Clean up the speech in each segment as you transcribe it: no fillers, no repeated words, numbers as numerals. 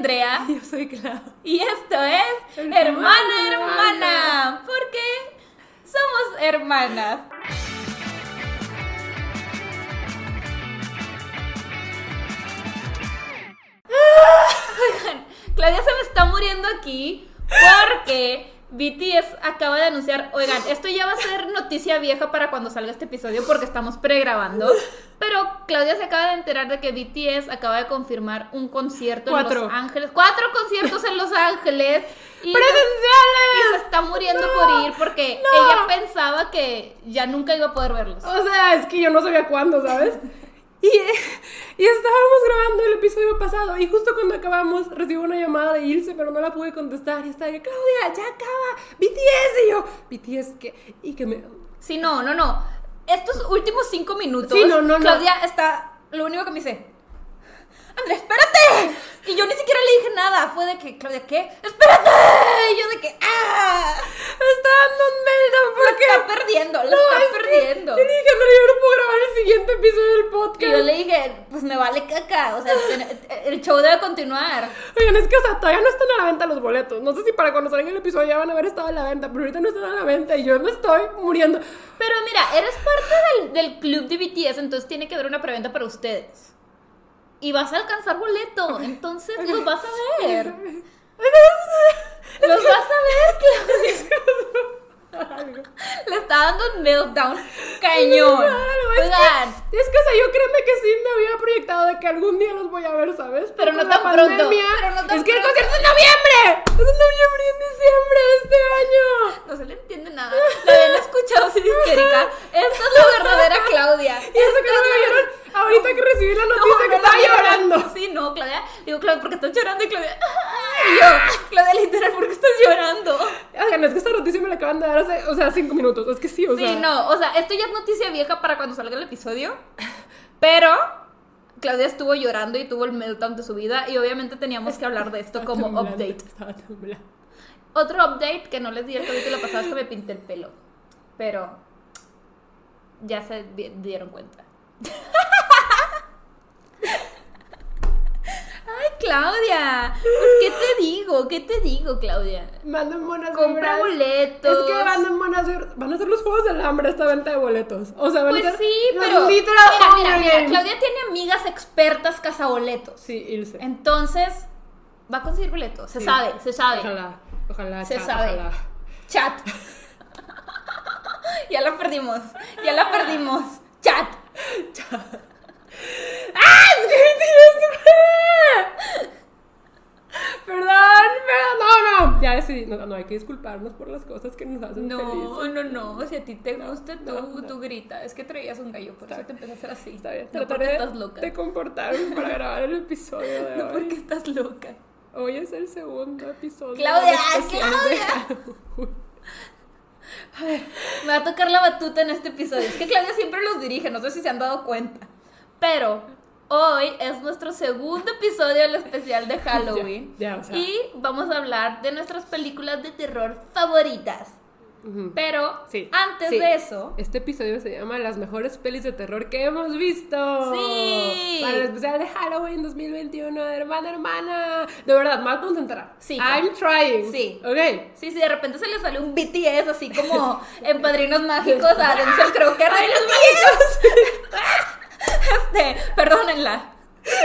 Andrea. Yo soy Clau. Y esto es Hermana, porque somos hermanas. Oigan, Claudia se me está muriendo aquí porque BTS acaba de anunciar, oigan, esto ya va a ser noticia vieja para cuando salga este episodio porque estamos pregrabando, pero Claudia se acaba de enterar de que BTS acaba de confirmar un concierto en Los Ángeles, 4 conciertos en Los Ángeles y ¡presenciales! Y se está muriendo por ir porque ella pensaba que ya nunca iba a poder verlos. O sea, es que yo no sabía cuándo, ¿sabes? Y estábamos grabando el episodio pasado y justo cuando acabamos recibo una llamada de Ilse, pero no la pude contestar y estaba de Claudia, ya acaba, BTS, y yo, BTS, ¿qué? Y que me... Sí, no. Estos últimos 5 minutos, sí, no. Claudia está, lo único que me dice, Andrea, espérate. Y yo ni siquiera le dije nada, fue de que, Claudia, ¿qué? ¡Espérate! Y yo de que, ¡ah! Me está dando un meltdown porque... Lo está perdiendo. Yo le dije, Andrea, yo no puedo grabar el siguiente episodio del podcast. Y yo le dije, pues me vale caca, o sea, el show debe continuar. Oigan, es que, o sea, todavía no están a la venta los boletos. No sé si para cuando salga el episodio ya van a haber estado a la venta, pero ahorita no están a la venta y yo me estoy muriendo. Pero mira, eres parte del club de BTS, entonces tiene que haber una preventa para ustedes. Y vas a alcanzar boleto, entonces los vas a ver. Los vas a ver, Claudia. Le está dando un meltdown cañón. Oigan, es que, o sea, yo créeme que sí me había proyectado de que algún día los voy a ver, ¿sabes? Pero no tan pronto. Es que el concierto es en noviembre. Es en noviembre y en diciembre de este año. No se le entiende nada. La habían escuchado así histérica. Esta es la verdadera Claudia. Y eso que no me vieron ahorita que recibí la noticia que estaba llorando. Sí, no, Claudia. Digo, Claudia, ¿por qué estás llorando? Y Claudia, y yo, Claudia, literal, ¿por qué estás llorando? Oigan, es que esta noticia me la acaban de dar hace, o sea, 5 minutos. Es que sí, o sea. Sí, no, o sea, esto ya es noticia vieja para cuando salga el episodio. Pero Claudia estuvo llorando y tuvo el meltdown de su vida. Y obviamente teníamos que hablar de esto como update. Estaba temblando. Otro update que no les di el capítulo pasado es que me pinté el pelo. Pero ya se dieron cuenta. Ay, Claudia, pues ¿qué te digo, Claudia? Manden buenas compra boletos. Es que van a ser los Juegos del Hambre esta venta de boletos. O sea, van pues a ser sí, los pero mira, Claudia tiene amigas expertas cazaboletos. Sí, Ilse. Entonces va a conseguir boletos, se sabe. Ojalá, se chat, sabe. Ojalá. Chat. Ya la perdimos. Chat. ¡Ah! ¡Es que Perdón, no. Ya decidí, no hay que disculparnos por las cosas que nos hacen felices. No, si a ti te gusta, tú grita. Es que traías un gallo, por eso te empezó a hacer así. Está bien, no porque estás loca. de compartirme para grabar el episodio de no hoy. porque estás loca. Hoy es el segundo episodio. Claudia. A ver, me va a tocar la batuta en este episodio. Es que Claudia siempre los dirige, no sé si se han dado cuenta. Pero hoy es nuestro segundo episodio del especial de Halloween. Ya, o sea. Y vamos a hablar de nuestras películas de terror favoritas. Pero antes de eso, este episodio se llama Las mejores pelis de terror que hemos visto. Sí. Para el especial de Halloween 2021 de hermana. De verdad, me voy a concentrar. Sí. I'm trying. Sí. Ok. Sí, de repente se le sale un BTS así como en Padrinos Mágicos a Denzel Crocker. ¡Ay, los mágicos! Perdónenla.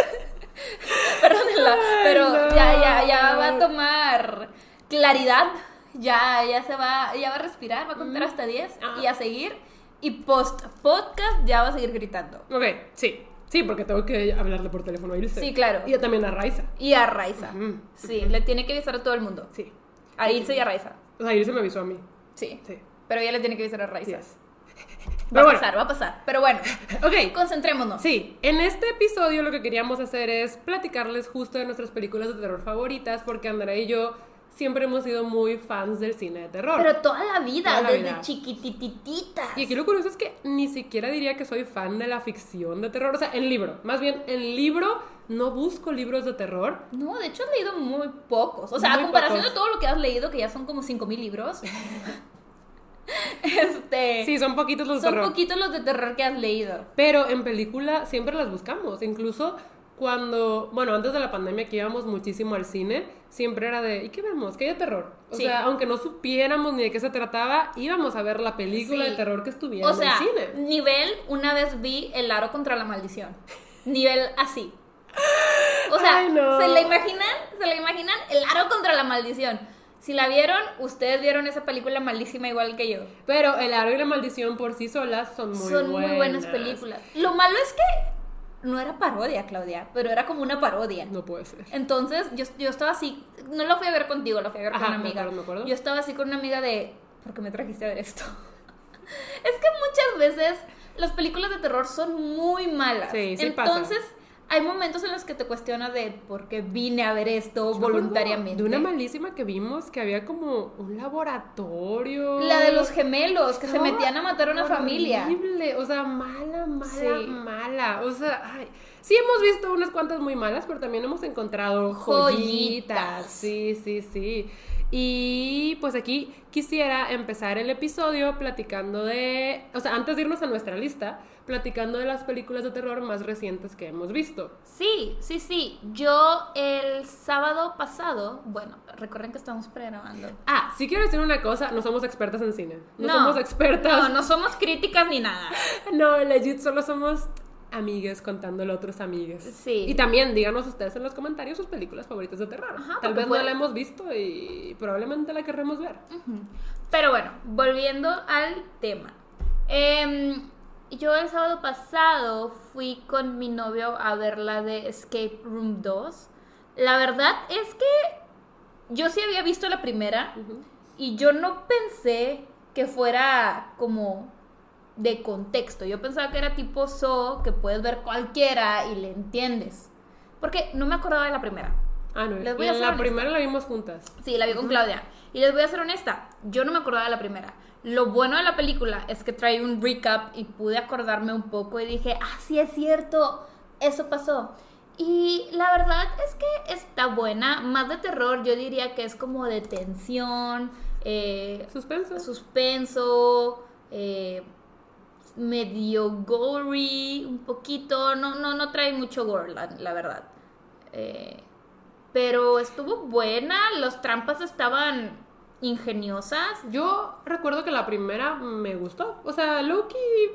Pero no. ya va a tomar claridad. Ya va a respirar, va a contar hasta 10 y a seguir. Y post-podcast ya va a seguir gritando. Ok, sí, porque tengo que hablarle por teléfono a Ilse. Sí, claro. Y también a Raiza. Y a Raiza. Sí, le tiene que avisar a todo el mundo. Sí. A Ilse y a Raiza. O sea, Ilse me avisó a mí. Sí. Pero ella le tiene que avisar a Raiza. Yes. Va a pasar. Pero bueno, ok, concentrémonos. Sí, en este episodio lo que queríamos hacer es platicarles justo de nuestras películas de terror favoritas, porque Andrea y yo siempre hemos sido muy fans del cine de terror. Pero toda la vida, desde chiquitititas. Y aquí lo curioso es que ni siquiera diría que soy fan de la ficción de terror. O sea, en libro. Más bien, en libro no busco libros de terror. No, de hecho has leído muy pocos. O sea, muy a comparación pocos. de todo lo que has leído, que ya son como 5,000 libros. Sí, son poquitos los de terror. Son poquitos los de terror que has leído. Pero en película siempre las buscamos. Incluso antes de la pandemia que íbamos muchísimo al cine, siempre era de, ¿y qué vemos? ¿Qué hay de terror? O Sí. sea, aunque no supiéramos ni de qué se trataba, íbamos a ver la película Sí. de terror que estuviera O sea, en el cine. nivel, una vez vi El aro contra la maldición. Nivel así. O sea, Ay, no. ¿se la imaginan? El aro contra la maldición. Si la vieron, ustedes vieron esa película malísima igual que yo. Pero El aro y la maldición por sí solas son muy buenas películas. Lo malo es que no era parodia, Claudia, pero era como una parodia. No puede ser. Entonces, yo estaba así, no lo fui a ver contigo, lo fui a ver con Ajá, una amiga. me acuerdo. Yo estaba así con una amiga de, ¿por qué me trajiste a ver esto? Es que muchas veces las películas de terror son muy malas. Sí, Entonces, pasa. hay momentos en los que te cuestionas de por qué vine a ver esto Yo me acuerdo voluntariamente. de una malísima que vimos que había como un laboratorio. La de los gemelos que se Estaba metían a matar a una familia. horrible, o sea, mala, Sí. mala. O sea, ay, sí hemos visto unas cuantas muy malas, pero también hemos encontrado joyitas. Joyitas. Sí. Y pues aquí quisiera empezar el episodio platicando o sea, antes de irnos a nuestra lista, platicando de las películas de terror más recientes que hemos visto. Sí. Yo el sábado pasado, bueno, recuerden que estamos pregrabando. Ah, sí quiero decir una cosa, no somos expertas en cine. No No. somos expertas. No somos críticas ni nada. No, legit, solo somos amigues contándole a otros amigues. Sí. Y también díganos ustedes en los comentarios sus películas favoritas de terror. Ajá, Tal porque vez puede- no la hemos visto y probablemente la querremos ver. Pero bueno, volviendo al tema. Yo el sábado pasado fui con mi novio a ver la de Escape Room 2. La verdad es que yo sí había visto la primera y yo no pensé que fuera como de contexto. Yo pensaba que era tipo Saw, que puedes ver cualquiera y le entiendes. Porque no me acordaba de la primera. Ah, no, Les voy a ser la honesta. primera la vimos juntas. Sí, la vi con Claudia. Y les voy a ser honesta, yo no me acordaba de la primera. Lo bueno de la película es que trae un recap y pude acordarme un poco y dije, sí es cierto, eso pasó. Y la verdad es que está buena, más de terror, yo diría que es como de tensión, suspenso, medio gory, un poquito, no trae mucho gore, la verdad. Pero estuvo buena, las trampas estaban ingeniosas. Yo recuerdo que la primera me gustó. O sea, Loki.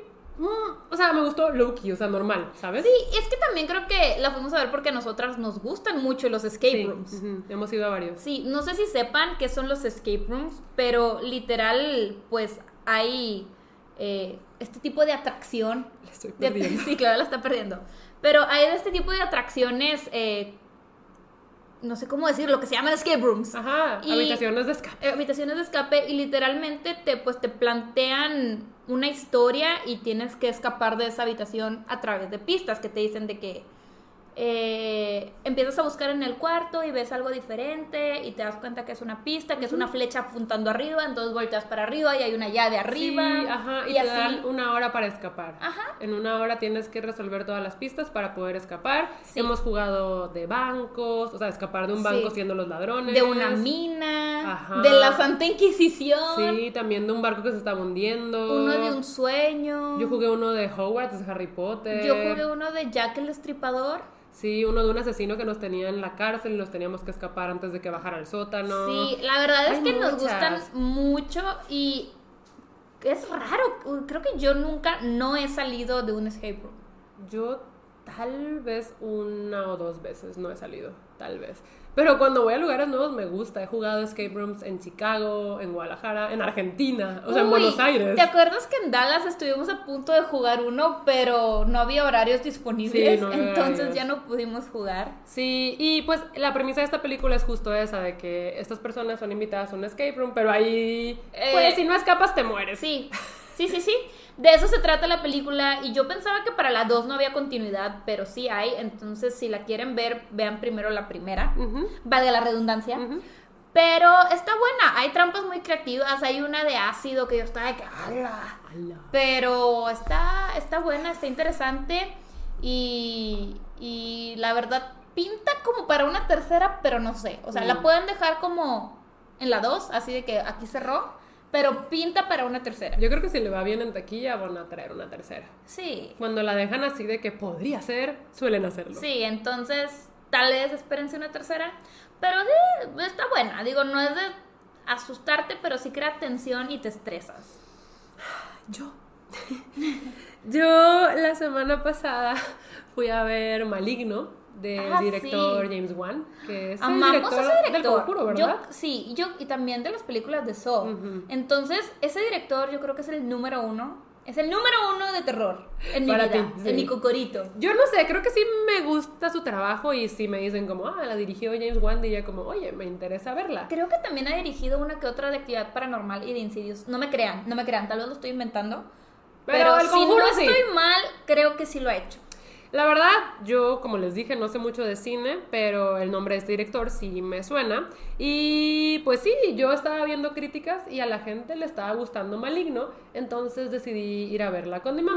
O sea, me gustó Loki, o sea, normal, ¿sabes? Sí, es que también creo que la fuimos a ver porque a nosotras nos gustan mucho los escape rooms. Hemos ido a varios. Sí, no sé si sepan qué son los escape rooms, pero literal, pues hay este tipo de atracción. La estoy perdiendo. Sí, claro, la está perdiendo. Pero hay de este tipo de atracciones, no sé cómo decir, lo que se llaman escape rooms. Ajá, Y- habitaciones de escape. Habitaciones de escape y literalmente te plantean una historia y tienes que escapar de esa habitación a través de pistas que te dicen de que empiezas a buscar en el cuarto y ves algo diferente y te das cuenta que es una pista, que es una flecha apuntando arriba, entonces volteas para arriba y hay una llave arriba. Sí, ajá, y te dan una hora para escapar. Ajá. En una hora tienes que resolver todas las pistas para poder escapar. Sí. Hemos jugado de bancos, o sea, escapar de un banco Sí. siendo los ladrones. De una mina, Ajá. de la Santa Inquisición, Sí, también de un barco que se estaba hundiendo. uno de un sueño. Yo jugué uno de Hogwarts, de Harry Potter. Yo jugué uno de Jack el Destripador. Sí, uno de un asesino que nos tenía en la cárcel y nos teníamos que escapar antes de que bajara al sótano. Sí, la verdad es Hay que nos muchas. gustan mucho y es raro. Creo que yo nunca no he salido de un escape room. Yo tal vez una o dos veces no he salido, tal vez. Pero cuando voy a lugares nuevos me gusta. He jugado escape rooms en Chicago, en Guadalajara, en Argentina, o sea, en Uy, Buenos Aires. ¿te acuerdas que en Dallas estuvimos a punto de jugar uno, pero no había horarios disponibles? Sí, no había Entonces horarios. ya no pudimos jugar. Sí, y pues la premisa de esta película es justo esa, de que estas personas son invitadas a un escape room, pero ahí, pues si no escapas te mueres. Sí. De eso se trata la película y yo pensaba que para la 2 no había continuidad, pero sí hay. Entonces, si la quieren ver, vean primero la primera. Valga la redundancia. Pero está buena. Hay trampas muy creativas. Hay una de ácido que yo estaba de que... ¡Hala! Pero está buena, está interesante. Y la verdad, pinta como para una tercera, pero no sé. O sea, la pueden dejar como en la 2, así de que aquí cerró. pero pinta para una tercera. Yo creo que si le va bien en taquilla van a traer una tercera. Sí. Cuando la dejan así de que podría ser, suelen hacerlo. Sí, entonces tal vez espérense una tercera, pero sí, está buena. Digo, no es de asustarte, pero sí crea tensión y te estresas. Yo la semana pasada fui a ver Maligno del director sí. James Wan, que es Amamos el director, ese director. del Conjuro, ¿verdad? Yo y también de las películas de Saw. Entonces, ese director yo creo que es el número uno. Es el número uno de terror en mi Para vida, ti, sí. en mi cocorito. Yo no sé, creo que sí me gusta su trabajo y si me dicen como, la dirigió James Wan, diría como, oye, me interesa verla. Creo que también ha dirigido una que otra de Actividad Paranormal y de Insidious. No me crean, tal vez lo estoy inventando. Pero El si Conjuro no sí. estoy mal, creo que sí lo ha hecho. La verdad, yo, como les dije, no sé mucho de cine, pero el nombre de este director sí me suena. Y pues sí, yo estaba viendo críticas y a la gente le estaba gustando Maligno, entonces decidí ir a verla con mi mamá.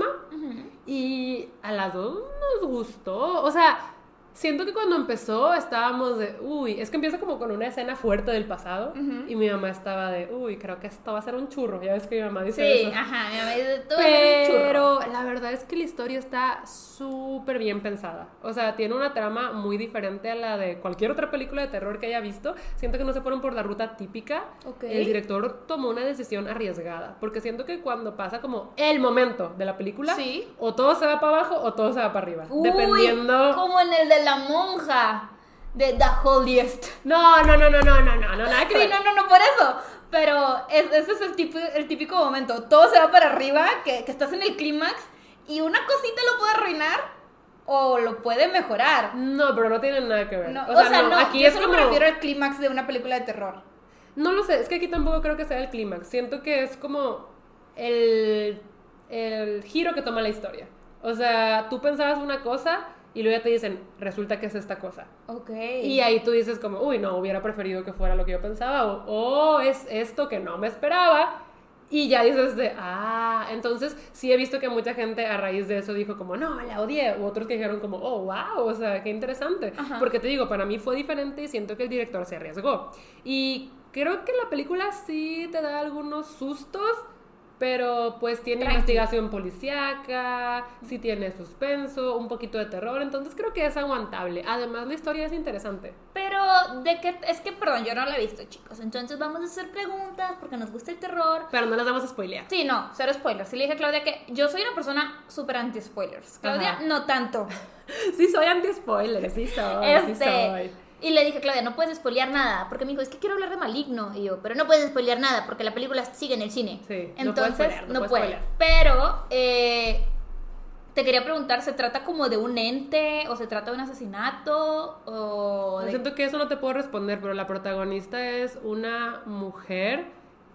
Y a las dos nos gustó. O sea, siento que cuando empezó estábamos de, es que empieza como con una escena fuerte del pasado. Y mi mamá estaba de, creo que esto va a ser un churro. Ya ves que mi mamá dice eso. Sí, ajá, mi mamá dice, todo es un churro. Pero la verdad es que la historia está súper bien pensada. O sea, tiene una trama muy diferente a la de cualquier otra película de terror que haya visto. Siento que no se fueron por la ruta típica. Okay. El director tomó una decisión arriesgada. Porque siento que cuando pasa como el momento de la película, sí, o todo se va para abajo o todo se va para arriba. Dependiendo. Como en el de la monja de The Holiest. No, nada que ver. Sí, no, por eso. Pero ese es el típico momento. Todo se va para arriba, que estás en el clímax y una cosita lo puede arruinar o lo puede mejorar. No, pero no tiene nada que ver. No, no, aquí yo es solo como... me refiero al clímax de una película de terror. No lo sé, es que aquí tampoco creo que sea el clímax. Siento que es como el giro que toma la historia. O sea, tú pensabas una cosa y luego ya te dicen, resulta que es esta cosa. Ok. Y ahí tú dices como, no, hubiera preferido que fuera lo que yo pensaba. O es esto que no me esperaba. Y ya dices entonces sí he visto que mucha gente a raíz de eso dijo como, no, la odié. U otros que dijeron como, wow, o sea, qué interesante. Ajá. Porque te digo, para mí fue diferente y siento que el director se arriesgó. Y creo que la película sí te da algunos sustos, pero pues tiene investigación policíaca, sí tiene suspenso, un poquito de terror, entonces creo que es aguantable. Además la historia es interesante. Pero es que, perdón, yo no la he visto, chicos. Entonces vamos a hacer preguntas porque nos gusta el terror. Pero no las vamos a spoilear. Sí, no, cero spoilers. Sí le dije a Claudia que yo soy una persona súper anti-spoilers. Claudia, no tanto. Sí soy anti-spoilers, sí soy. Y le dije, Claudia, no puedes spoilear nada. Porque me dijo, es que quiero hablar de Maligno. Y yo, pero no puedes spoilear nada porque la película sigue en el cine. Sí, entonces no puede. Pero te quería preguntar, ¿se trata como de un ente o se trata de un asesinato? Siento que eso no te puedo responder, pero la protagonista es una mujer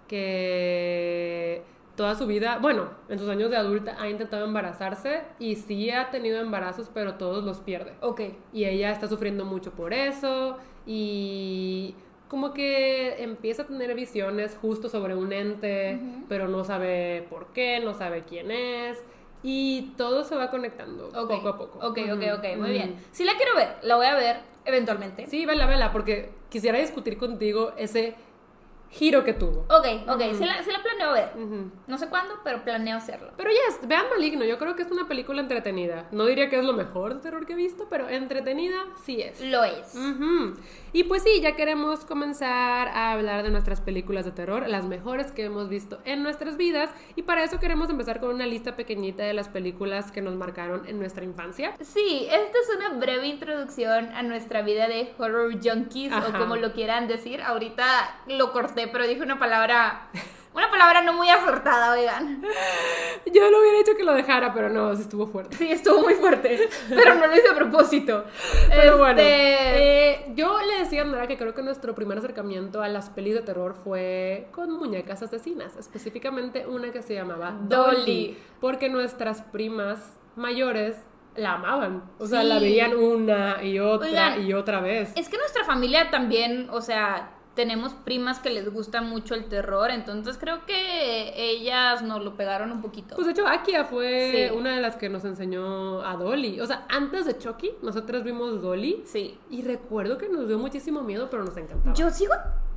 que toda su vida, en sus años de adulta ha intentado embarazarse y sí ha tenido embarazos, pero todos los pierde. Ok. Y ella está sufriendo mucho por eso y como que empieza a tener visiones justo sobre un ente, pero no sabe por qué, no sabe quién es. Y todo se va conectando poco a poco. Ok, muy bien. Sí la quiero ver, la voy a ver eventualmente. Sí, vela, porque quisiera discutir contigo ese giro que tuvo. Ok, sí la planeo ver. No sé cuándo, pero planeo hacerlo. Pero vean Maligno, yo creo que es una película entretenida. No diría que es lo mejor de terror que he visto, pero entretenida sí es. Lo es. Y pues sí, ya queremos comenzar a hablar de nuestras películas de terror, las mejores que hemos visto en nuestras vidas, y para eso queremos empezar con una lista pequeñita de las películas que nos marcaron en nuestra infancia. Sí, esta es una breve introducción a nuestra vida de horror junkies, o como lo quieran decir. Ahorita lo corté, pero dije una palabra no muy acertada, oigan. Yo lo hubiera hecho que lo dejara, pero no, sí estuvo fuerte. Sí, estuvo muy fuerte, pero no lo hice a propósito. Pero bueno, yo le decía a Nora que creo que nuestro primer acercamiento a las pelis de terror fue con muñecas asesinas, específicamente una que se llamaba Dolly, porque nuestras primas mayores la amaban, o sea, la veían una y otra y otra vez. Es que nuestra familia también, o sea, tenemos primas que les gusta mucho el terror, entonces creo que ellas nos lo pegaron un poquito. Pues de hecho Akia fue una de las que nos enseñó a Dolly. O sea, antes de Chucky, nosotros vimos Dolly. Sí. Y recuerdo que nos dio muchísimo miedo, pero nos encantaba. Yo sigo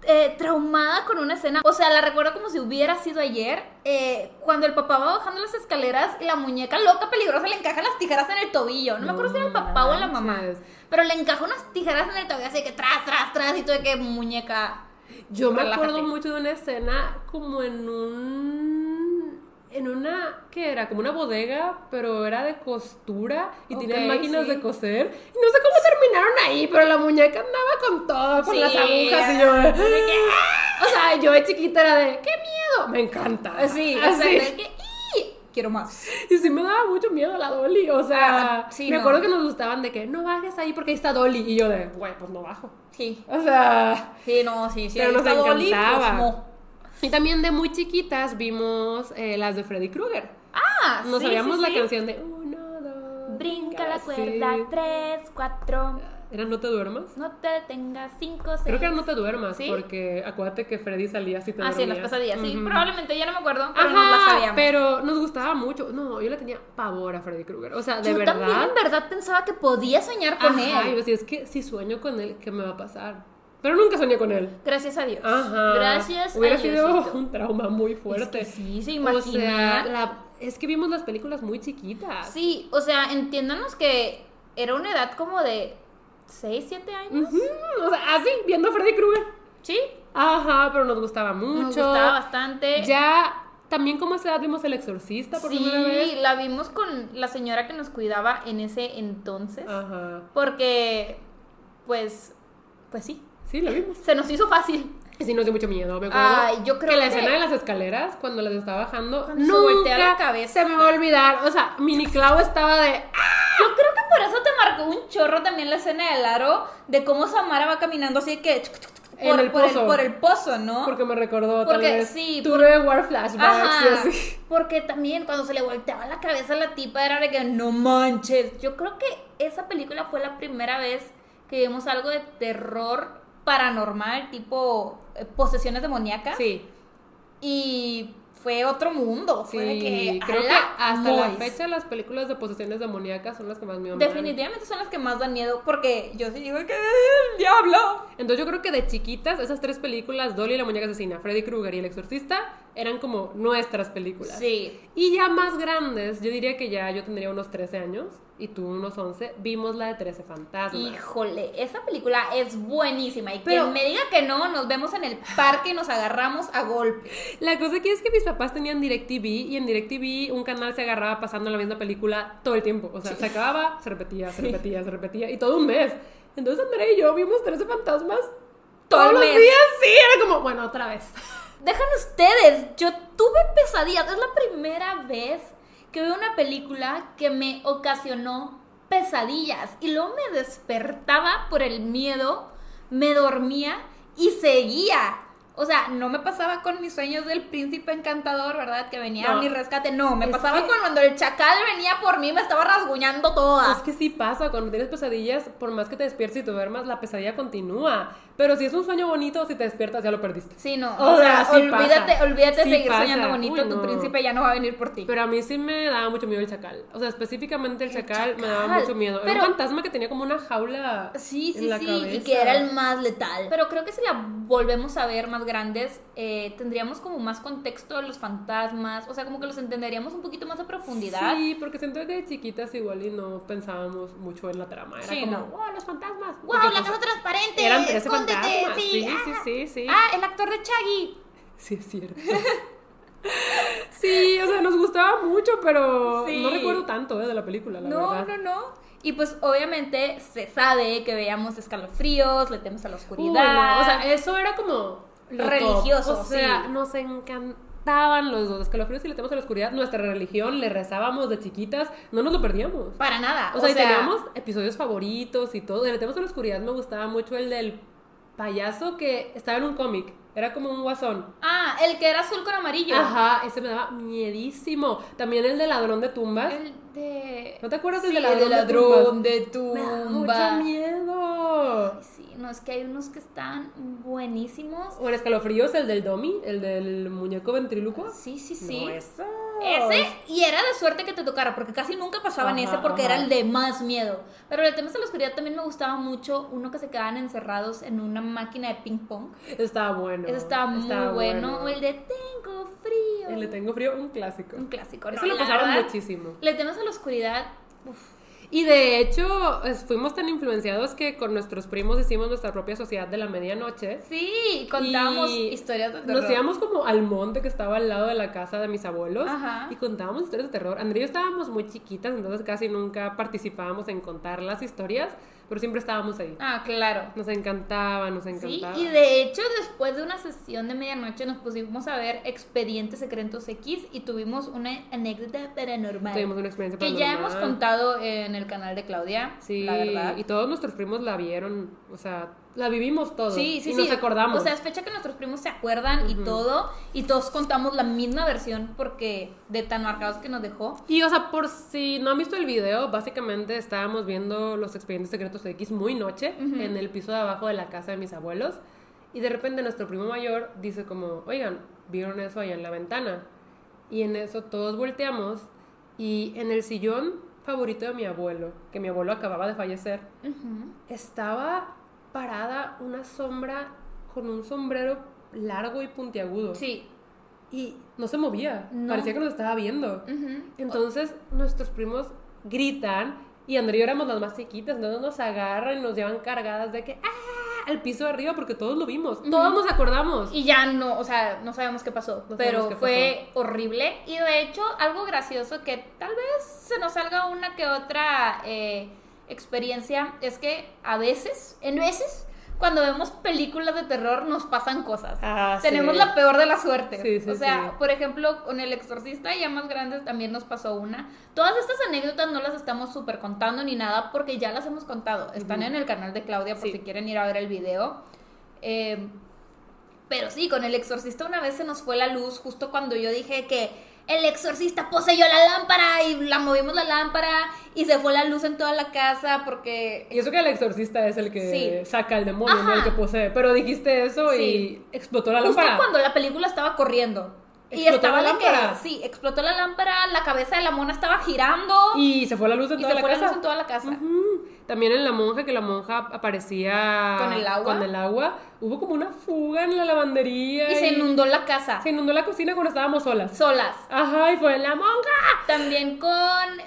traumada con una escena. O sea, la recuerdo como si hubiera sido ayer. Cuando el papá va bajando las escaleras y la muñeca loca, peligrosa, le encaja las tijeras en el tobillo. No me acuerdo si era el papá o la mamá. Pero le encaja unas tijeras en el tobillo, así que tras, y todo de que muñeca. Yo me relájate. acuerdo mucho de una escena como en una, ¿qué era? Como una bodega, pero era de costura y tenían máquinas de coser. Y no sé cómo terminaron ahí, pero la muñeca andaba con todo, con las agujas y yo o sea, yo de chiquita era de, ¡qué miedo! Me encanta. Sí, así. es que quiero más. Y sí me daba mucho miedo la Dolly, o sea, sí, me acuerdo que nos gustaban de que no bajes ahí porque ahí está Dolly. Y yo de, güey, pues no bajo. Sí. O sea, Sí, no, sí. pero nos está Dolly, encantaba. pues, no. Y también de muy chiquitas vimos las de Freddy Krueger. Nos sí, sabíamos sí, la sí. canción de 1, 2. Brinca la cuerda, 3, 4. ¿Era No te duermas? No te detengas, 5, 6. Creo que era No te duermas, ¿Sí? porque acuérdate que Freddy salía así te Ah, sí, en las dormías. pesadillas, sí. Ujú. Probablemente ya no me acuerdo, pero no las Ajá, sabíamos. pero nos gustaba mucho. No, yo le tenía pavor a Freddy Krueger. O sea, de Yo verdad. también en verdad pensaba que podía soñar con Ajá, y él. yo decía, es que si sueño con él, ¿qué me va a pasar? Pero nunca soñé con él. Gracias a Dios. Ajá. Gracias Hubiera a sido Diosito. un trauma muy fuerte. Es que sí, se O imagina. sea, es que vimos las películas muy chiquitas. Sí, o sea, entiéndanos que era una edad como de 6, 7 años. Ujú, o sea, así, viendo a Freddy Krueger. Sí, Ajá, pero nos gustaba mucho. nos gustaba bastante. Ya, también como a esa edad vimos El Exorcista por primera Sí, vez. la vimos con la señora que nos cuidaba en ese entonces. Ajá. Porque, pues sí, Sí, la vimos. se nos hizo fácil. Y sí nos dio mucho miedo, me acuerdo. Ay, yo creo que la que- escena de las escaleras, cuando las estaba bajando, Cuando se nunca voltea la cabeza. se me va a olvidar. O sea, Mini Clau estaba de... Yo creo que por eso te marcó un chorro también la escena del aro, de cómo Samara va caminando así que... En el pozo. por el pozo, ¿no? Porque me recordó tal Porque vez. sí, Tuve war flashbacks Ajá, y así. porque también cuando se le volteaba la cabeza a la tipa era de que no manches. Yo creo que esa película fue la primera vez que vimos algo de terror paranormal, tipo posesiones demoníacas. Sí, Y fue otro mundo. Fue de que, sí. Creo que ¡ala, hasta la mois! fecha las películas de posesiones demoníacas son las que más miedo me dan. Definitivamente son las que más dan miedo porque yo sí digo que el diablo. Entonces yo creo que de chiquitas, esas tres películas, Dolly, la muñeca asesina, Freddy Krueger y El Exorcista, eran como nuestras películas. Sí. Y ya más grandes, yo diría que ya yo tendría unos 13 años y tú unos 11, vimos la de 13 fantasmas. Híjole, esa película es buenísima. Y Pero- quien me diga que no, nos vemos en el parque y nos agarramos a golpes. La cosa aquí es que mis papás tenían DirecTV y en DirecTV un canal se agarraba pasando la misma película todo el tiempo. O sea, se acababa, se repetía, se repetía, se repetía y todo un mes. Entonces Andrea y yo vimos 13 fantasmas Todo todos el los mes. días. Sí, era como, bueno, otra vez. Dejan ustedes, yo tuve pesadillas. Es la primera vez que veo una película que me ocasionó pesadillas. Y luego me despertaba por el miedo, me dormía y seguía. O sea, no me pasaba con mis sueños del príncipe encantador, ¿verdad? Que venía a No. mi rescate. No, me Es pasaba que- con cuando el chacal venía por mí, me estaba rasguñando toda. Es que sí pasa, cuando tienes pesadillas, por más que te despiertes y te duermas, la pesadilla continúa. Pero si es un sueño bonito, si te despiertas ya lo perdiste. Sí, no. O sea, sí olvídate, pasa. olvídate de Sí seguir pasa. soñando bonito. Uy, Tu no. príncipe ya no va a venir por ti. Pero a mí sí me daba mucho miedo el chacal. O sea, específicamente el chacal me daba chacal. mucho miedo. Era Pero- un fantasma que tenía como una jaula Sí, en sí, la sí, cabeza. y que era el más letal. Pero creo que si la volvemos a ver más grandes, tendríamos como más contexto de los fantasmas, o sea, como que los entenderíamos un poquito más a profundidad. Sí, porque siento que de chiquitas igual y no pensábamos mucho en la trama. Era Sí, como, no. wow, los fantasmas. ¡Wow, Porque, la pues, casa transparente! eran 13 ¡Escóndete! fantasmas. Sí, Sí. Ah, el actor de Chaggy. Sí, es cierto. Sí, o sea, nos gustaba mucho, pero Sí. no recuerdo tanto de la película, la verdad. No. Y pues obviamente se sabe que veíamos escalofríos, le temes a la Uy, oscuridad. no, o sea, eso era como lo Religioso, top. O sea, sí. nos encantaban los dos escalofríos y le temes a la oscuridad. Nuestra religión, le rezábamos de chiquitas, no nos lo perdíamos. para nada. O sea, y teníamos episodios favoritos y todo. De le temes a la oscuridad me gustaba mucho el del payaso que estaba en un cómic. Era como un guasón. Ah, el que era azul con amarillo. Ajá, ese me daba miedísimo. También el de ladrón de tumbas. El de... ¿No te acuerdas del Sí, de ladrón el de de tumbas? ladrón de Me daba tumba. mucho miedo. Ay, sí, no, es que hay unos que están buenísimos. O en escalofríos, el del Domi, el del muñeco ventrílocuo. Sí, sí, sí. No, eso Ese, y era de suerte que te tocara, porque casi nunca pasaban ese porque era el de más miedo. Pero el tema de la oscuridad también me gustaba mucho, uno que se quedaban encerrados en una máquina de ping pong. Estaba bueno. Ese estaba muy bueno. O el de Tengo frío. El de Tengo frío, un clásico. Un clásico, ¿no? Eso lo pasaron muchísimo. Le temas a la oscuridad, Y de hecho, fuimos tan influenciados que con nuestros primos hicimos nuestra propia sociedad de la medianoche. Sí, contábamos historias de terror. Nos íbamos como al monte que estaba al lado de la casa de mis abuelos. Ajá. Y contábamos historias de terror. Andrea y yo estábamos muy chiquitas, entonces casi nunca participábamos en contar las historias, pero siempre estábamos ahí. Ah, claro. Nos encantaba. Sí, y de hecho después de una sesión de medianoche nos pusimos a ver Expedientes Secretos X y tuvimos una anécdota paranormal. Tuvimos una experiencia que paranormal. ya hemos contado en el canal de Claudia, Sí, la verdad. y todos nuestros primos la vieron, o sea, la vivimos todos. Sí, y nos acordamos. O sea, es fecha que nuestros primos se acuerdan y todo, y todos contamos la misma versión porque de tan marcados que nos dejó. Y, o sea, por si no han visto el video, básicamente estábamos viendo los Expedientes Secretos de X muy noche en el piso de abajo de la casa de mis abuelos. Y de repente nuestro primo mayor dice como, oigan, ¿vieron eso allá en la ventana? Y en eso todos volteamos y en el sillón favorito de mi abuelo, que mi abuelo acababa de fallecer, estaba parada una sombra con un sombrero largo y puntiagudo. Sí. Y no se movía, No. parecía que nos estaba viendo. Entonces nuestros primos gritan y Andrea y yo éramos las más chiquitas, entonces nos agarran y nos llevan cargadas de que ¡ah! Al piso de arriba porque todos lo vimos, todos nos acordamos. Y ya no, o sea, no sabemos qué pasó, No pero sabemos qué fue horrible. Y de hecho, algo gracioso que tal vez se nos salga una que otra experiencia es que a veces, cuando vemos películas de terror nos pasan cosas. Tenemos Sí. la peor de la suerte. Sí, o sea, sí. por ejemplo, con El Exorcista, ya más grandes, también nos pasó una. Todas estas anécdotas no las estamos súper contando ni nada porque ya las hemos contado. Están en el canal de Claudia por Sí. si quieren ir a ver el video. Pero sí, con El Exorcista una vez se nos fue la luz justo cuando yo dije que el exorcista poseyó la lámpara y la movimos la lámpara y se fue la luz en toda la casa porque... Y eso que el exorcista es el que Sí. saca al demonio, no Ajá. el que posee. Pero dijiste eso Sí. y explotó la Justo lámpara. cuando la película estaba corriendo. Y ¿Explotó estaba la de que... lámpara? Sí, explotó la lámpara, la cabeza de la mona estaba girando Y se fue la luz en y toda se la fue la casa. luz en toda la casa. También en La Monja, que la monja aparecía ¿Con el agua? Hubo como una fuga en la lavandería. Y se inundó la casa. Se inundó la cocina cuando estábamos solas. Solas. Ajá, y fue la monja. También con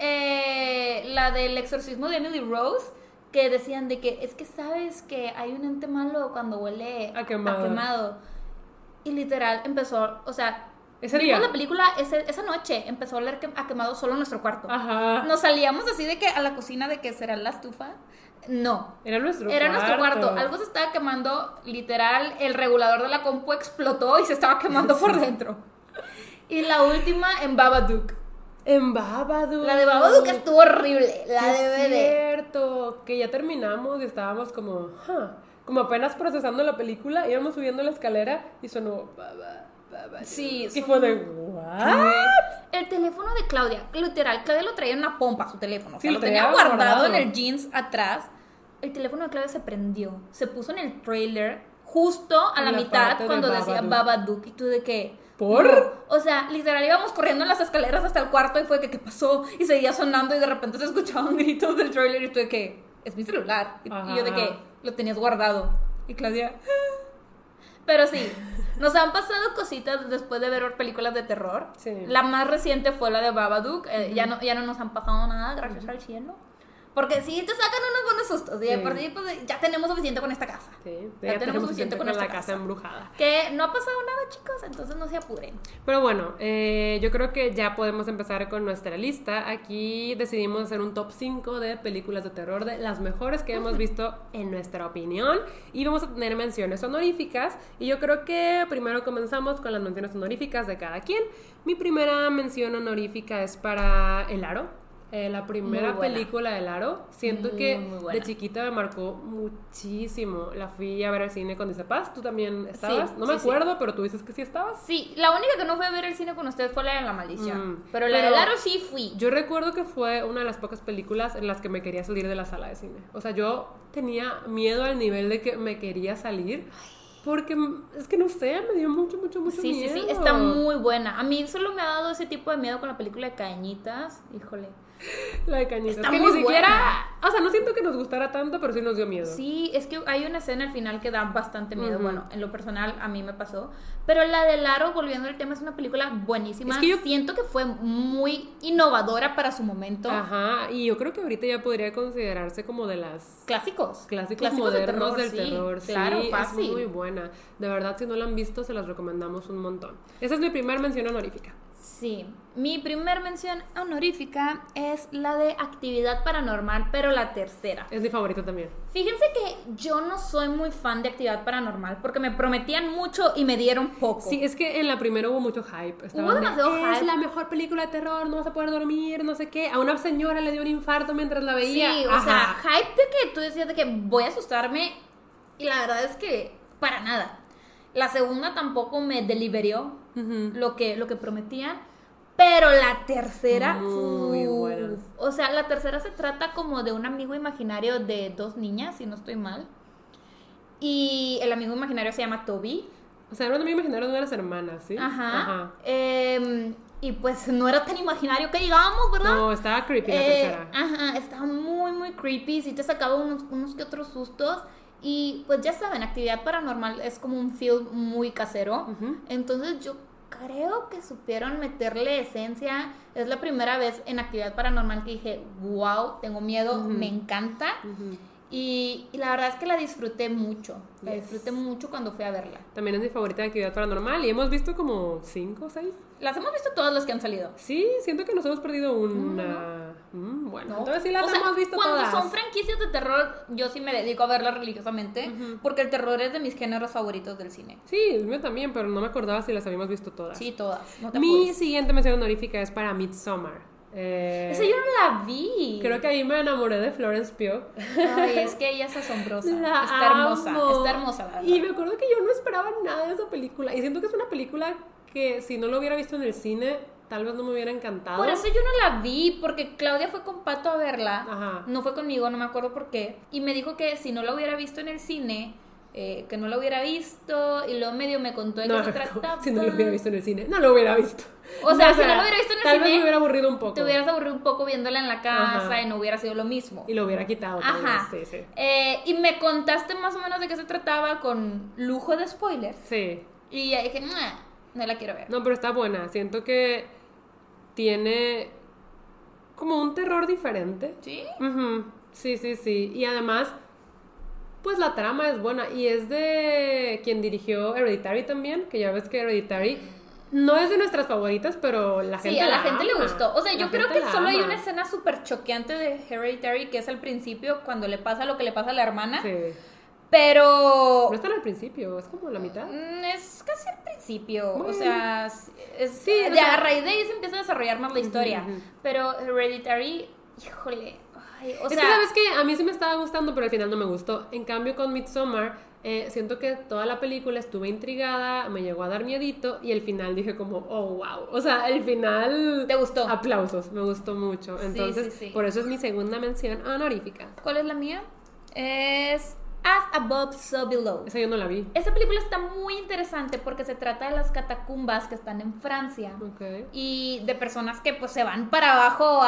la del exorcismo de Emily Rose, que decían de que es que sabes que hay un ente malo cuando huele A quemado. Y literal empezó, o sea, Ese vimos día. la película esa noche, empezó a oler a quemado solo en nuestro cuarto. Ajá. Nos salíamos así de que a la cocina de que será la estufa. No. Era nuestro Nuestro cuarto. Algo se estaba quemando, literal, el regulador de la compu explotó y se estaba quemando por dentro. Y la última en Babadook. En Babadook. La de Babadook estuvo horrible. La Sí, DVD. es cierto, que ya terminamos y estábamos como, como apenas procesando la película, íbamos subiendo la escalera y sonó Babadook. Sí, Y sonó- fue de, ¿what? El teléfono de Claudia, literal, Claudia lo traía en una pompa, su teléfono. O sea, Sí, lo lo tenía traía guardado en guardado. el jeans atrás. El teléfono de Claudia se prendió. Se puso en el trailer justo a En la la mitad parte de cuando decía Babadook. Babadook. Y tú de qué. ¿Por? No. O sea, literal íbamos corriendo en las escaleras hasta el cuarto y fue que ¿qué pasó? Y seguía sonando y de repente se escuchaban gritos del trailer y tú de que es mi celular. Y yo de que lo tenías guardado. Y Claudia... Pero sí, nos han pasado cositas después de ver películas de terror. Sí. La más reciente fue la de Babadook. Ya no nos han pasado nada, gracias al cielo. Porque sí, te sacan unos buenos sustos. Y de Sí. por sí, pues ya tenemos suficiente con esta casa. Sí, Ya tenemos suficiente con la esta casa casa. embrujada. Que no ha pasado nada, chicos, entonces no se apuren. Pero bueno, yo creo que ya podemos empezar con nuestra lista. Aquí decidimos hacer un top 5 de películas de terror, de las mejores que hemos visto en nuestra opinión. Y vamos a tener menciones honoríficas. Y yo creo que primero comenzamos con las menciones honoríficas de cada quien. Mi primera mención honorífica es para El Aro. La primera Muy buena. película del Aro. Siento Muy, que muy buena. de chiquita me marcó muchísimo. La fui a ver al cine con Disepaz. ¿Tú también estabas? Sí, No me sí, sí. acuerdo, pero tú dices que sí estabas. Sí, la única que no fue a ver el cine con ustedes fue la de La Maldición. Pero la pero de Laro sí fui. Yo recuerdo que fue una de las pocas películas en las que me quería salir de la sala de cine. O sea, yo tenía miedo al nivel de que me quería salir Porque es que no sé, me dio mucho Sí, miedo. sí, está muy buena. A mí solo me ha dado ese tipo de miedo con la película de Cañitas. Híjole. La de Cañitas. Está que muy ni siquiera, buena. o sea, no siento que nos gustara tanto, pero sí nos dio miedo. Sí, es que hay una escena al final que da bastante miedo. Ujú. Bueno, en lo personal a mí me pasó. Pero la de Aro, volviendo al tema, es una película buenísima. Es que yo siento que fue muy innovadora para su momento. Ajá, y yo creo que ahorita ya podría considerarse como de las Clásicos modernos del sí, terror. Claro, sí, fácil. es muy buena. De verdad, si no la han visto, se las recomendamos un montón. Esa es mi primer mención honorífica. Sí, mi primer mención honorífica es la de Actividad Paranormal, pero la tercera. Es mi favorita también. Fíjense que yo no soy muy fan de Actividad Paranormal porque me prometían mucho y me dieron poco. Sí, es que en la primera hubo mucho hype. Hubo demasiado Es hype. la mejor película de terror, no vas a poder dormir, no sé qué. A una señora le dio un infarto mientras la veía. Sí, o Ajá. sea, hype de que tú decías de que voy a asustarme y la verdad es que para nada. La segunda tampoco me deliberió Ujú. lo que prometían, pero la tercera, Muy buena. o sea, la tercera se trata como de un amigo imaginario de dos niñas, si no estoy mal. Y el amigo imaginario se llama Toby. O sea, no me imaginaron de las hermanas, ¿sí? Ajá. Y pues no era tan imaginario que digamos, ¿verdad? No, estaba creepy la tercera. Ajá, estaba muy creepy, sí te sacaba unos que otros sustos. Y pues ya saben, Actividad Paranormal es como un film muy casero. Ujú. Entonces yo creo que supieron meterle esencia. Es la primera vez en Actividad Paranormal que dije, wow, tengo miedo, Ujú. me encanta. Ujú. Y la verdad es que la disfruté mucho. La Yes. disfruté mucho cuando fui a verla. También es mi favorita de Actividad Paranormal y hemos visto como 5 o 6. Las hemos visto todas las que han salido. Sí, siento que nos hemos perdido una. Bueno, entonces sí las O sea, hemos visto cuando todas. son franquicias de terror, yo sí me dedico a verlas religiosamente, Ujú. porque el terror es de mis géneros favoritos del cine. Sí, el mío también, pero no me acordaba si las habíamos visto todas. Sí, todas. No te Mi apures. siguiente mención honorífica es para Midsommar. Esa yo no la vi. Creo que ahí me enamoré de Florence Pugh. Ay, es que ella es asombrosa. La Está hermosa. amo. Está hermosa, la verdad. Y me acuerdo que yo no esperaba nada de esa película. Y siento que es una película que si no lo hubiera visto en el cine, tal vez no me hubiera encantado. Por eso yo no la vi, porque Claudia fue con Pato a verla. Ajá. No fue conmigo, no me acuerdo por qué. Y me dijo que si no la hubiera visto en el cine, que no la hubiera visto. Y luego medio me contó de qué se trataba. si no lo hubiera visto en el cine, no lo hubiera visto. O sea, si no lo hubiera visto en el tal cine, vez me hubiera aburrido un poco. Te hubieras aburrido un poco viéndola en la casa. Ajá. Y no hubiera sido lo mismo. Y lo hubiera quitado. tal Ajá. vez, sí. Y me contaste más o menos de qué se trataba con lujo de spoilers. Sí. Y ya dije, no la quiero ver. No, pero está buena. Siento que tiene como un terror diferente. ¿Sí? Ujú. Sí. Y además, pues la trama es buena. Y es de quien dirigió Hereditary también, que ya ves que Hereditary no es de nuestras favoritas, pero la gente Sí, a la la gente le ama. gustó. O sea, La yo creo gente que la solo hay ama. una escena súper choqueante de Hereditary, que es al principio, cuando le pasa lo que le pasa a la hermana. Sí. Pero No está al principio, es como la mitad. es casi al principio. Bueno. O sea, Sí, o de sea- a raíz de ahí se empieza a desarrollar más la historia. ujú. Pero Hereditary, híjole. Ay, o Es sea, que sabes que a mí sí me estaba gustando, pero al final no me gustó. En cambio, con Midsommar, siento que toda la película estuve intrigada, me llegó a dar miedito y el final dije como, oh, wow. O sea, el final... ¿Te gustó? Aplausos, me gustó mucho. Sí, Entonces, sí. por eso es mi segunda mención honorífica. ¿cuál es la mía? Es As Above, So Below. Esa yo no la vi. Esta película está muy interesante porque se trata de las catacumbas que están en Francia. Ok. Y de personas que pues se van para abajo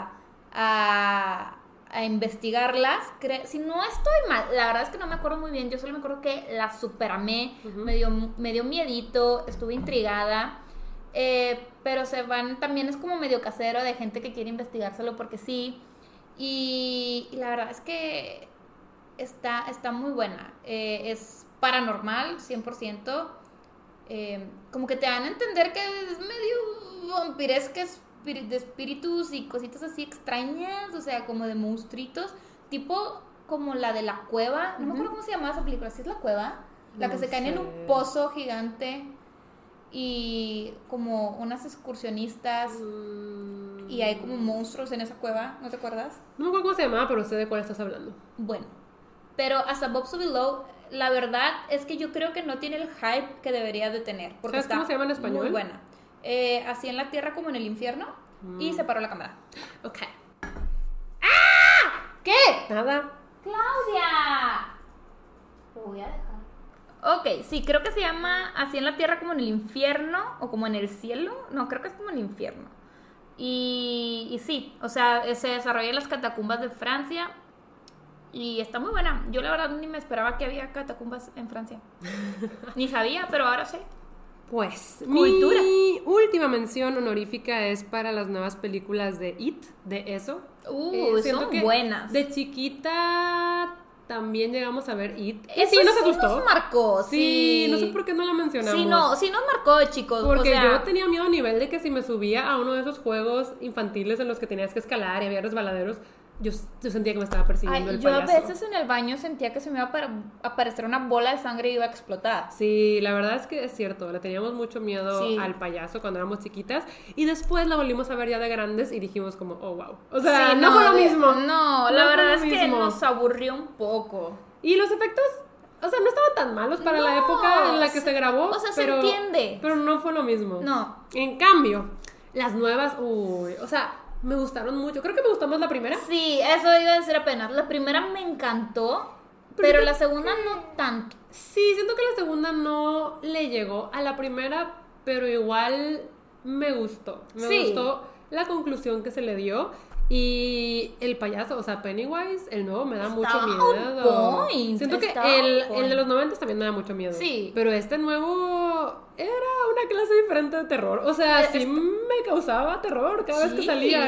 a investigarlas. Si no estoy mal, la verdad es que no me acuerdo muy bien. Yo solo me acuerdo que la superamé. Ujú. Me dio miedito, estuve intrigada. Pero se van, también es como medio casero de gente que quiere investigárselo porque sí. Y la verdad es que está muy buena. Es paranormal, 100%. Como que te dan a entender que es medio vampiresca, de espíritus y cositas así extrañas, o sea, como de monstruitos, tipo como la de La Cueva. No me acuerdo cómo se llamaba esa película. ¿Sí es La Cueva? La que No se caen en sé. un pozo gigante y como unas excursionistas y hay como monstruos en esa cueva. ¿No te acuerdas? No me acuerdo cómo se llamaba, pero sé de cuál estás hablando. Bueno, pero As Above, So Below, la verdad es que yo creo que no tiene el hype que debería de tener. Porque ¿Sabes está cómo se llama en español? muy buena. Así en la tierra como en el infierno. Y se paró la cámara. Ok. ¿Qué? Nada. ¡Claudia! Lo voy a dejar. Ok, sí, creo que se llama Así en la Tierra como en el infierno o como en el cielo. No, creo que es como en el infierno. Y sí, o sea, se desarrolla en las catacumbas de Francia y está muy buena. Yo la verdad ni me esperaba que había catacumbas en Francia. Ni sabía, pero ahora sé. Pues, Cultura. mi última mención honorífica es para las nuevas películas de It, de eso. Siento Son que buenas. De chiquita también llegamos a ver It. Y Eso sí nos sí asustó. nos marcó, Sí, no sé por qué no la mencionamos. Sí nos marcó, chicos. Porque o sea, yo tenía miedo a nivel de que si me subía a uno de esos juegos infantiles en los que tenías que escalar y había resbaladeros, yo sentía que me estaba persiguiendo el yo payaso. a veces en el baño sentía que se me iba a aparecer una bola de sangre y iba a explotar. Sí, la verdad es que es cierto, le teníamos mucho miedo al payaso cuando éramos chiquitas y después la volvimos a ver ya de grandes y dijimos como, oh, wow. O sea, Sí, no fue lo mismo. No, la No fue verdad lo es que mismo. nos aburrió un poco. Y los efectos, o sea, no estaban tan malos para la época en la que se grabó. O sea, pero, se entiende. Pero no fue lo mismo. No. En cambio, las nuevas, o sea, me gustaron mucho. Creo que me gustó más la primera. Sí, eso iba a decir apenas. La primera me encantó, pero la segunda no tanto. Sí, siento que la segunda no le llegó a la primera, pero igual me gustó. Me gustó la conclusión que se le dio. Y el payaso, o sea, Pennywise, el nuevo, me da mucho miedo. Siento que el de los 90 también me da mucho miedo. Sí. Pero este nuevo era una clase diferente de terror. O sea, sí me causaba terror cada vez que salía.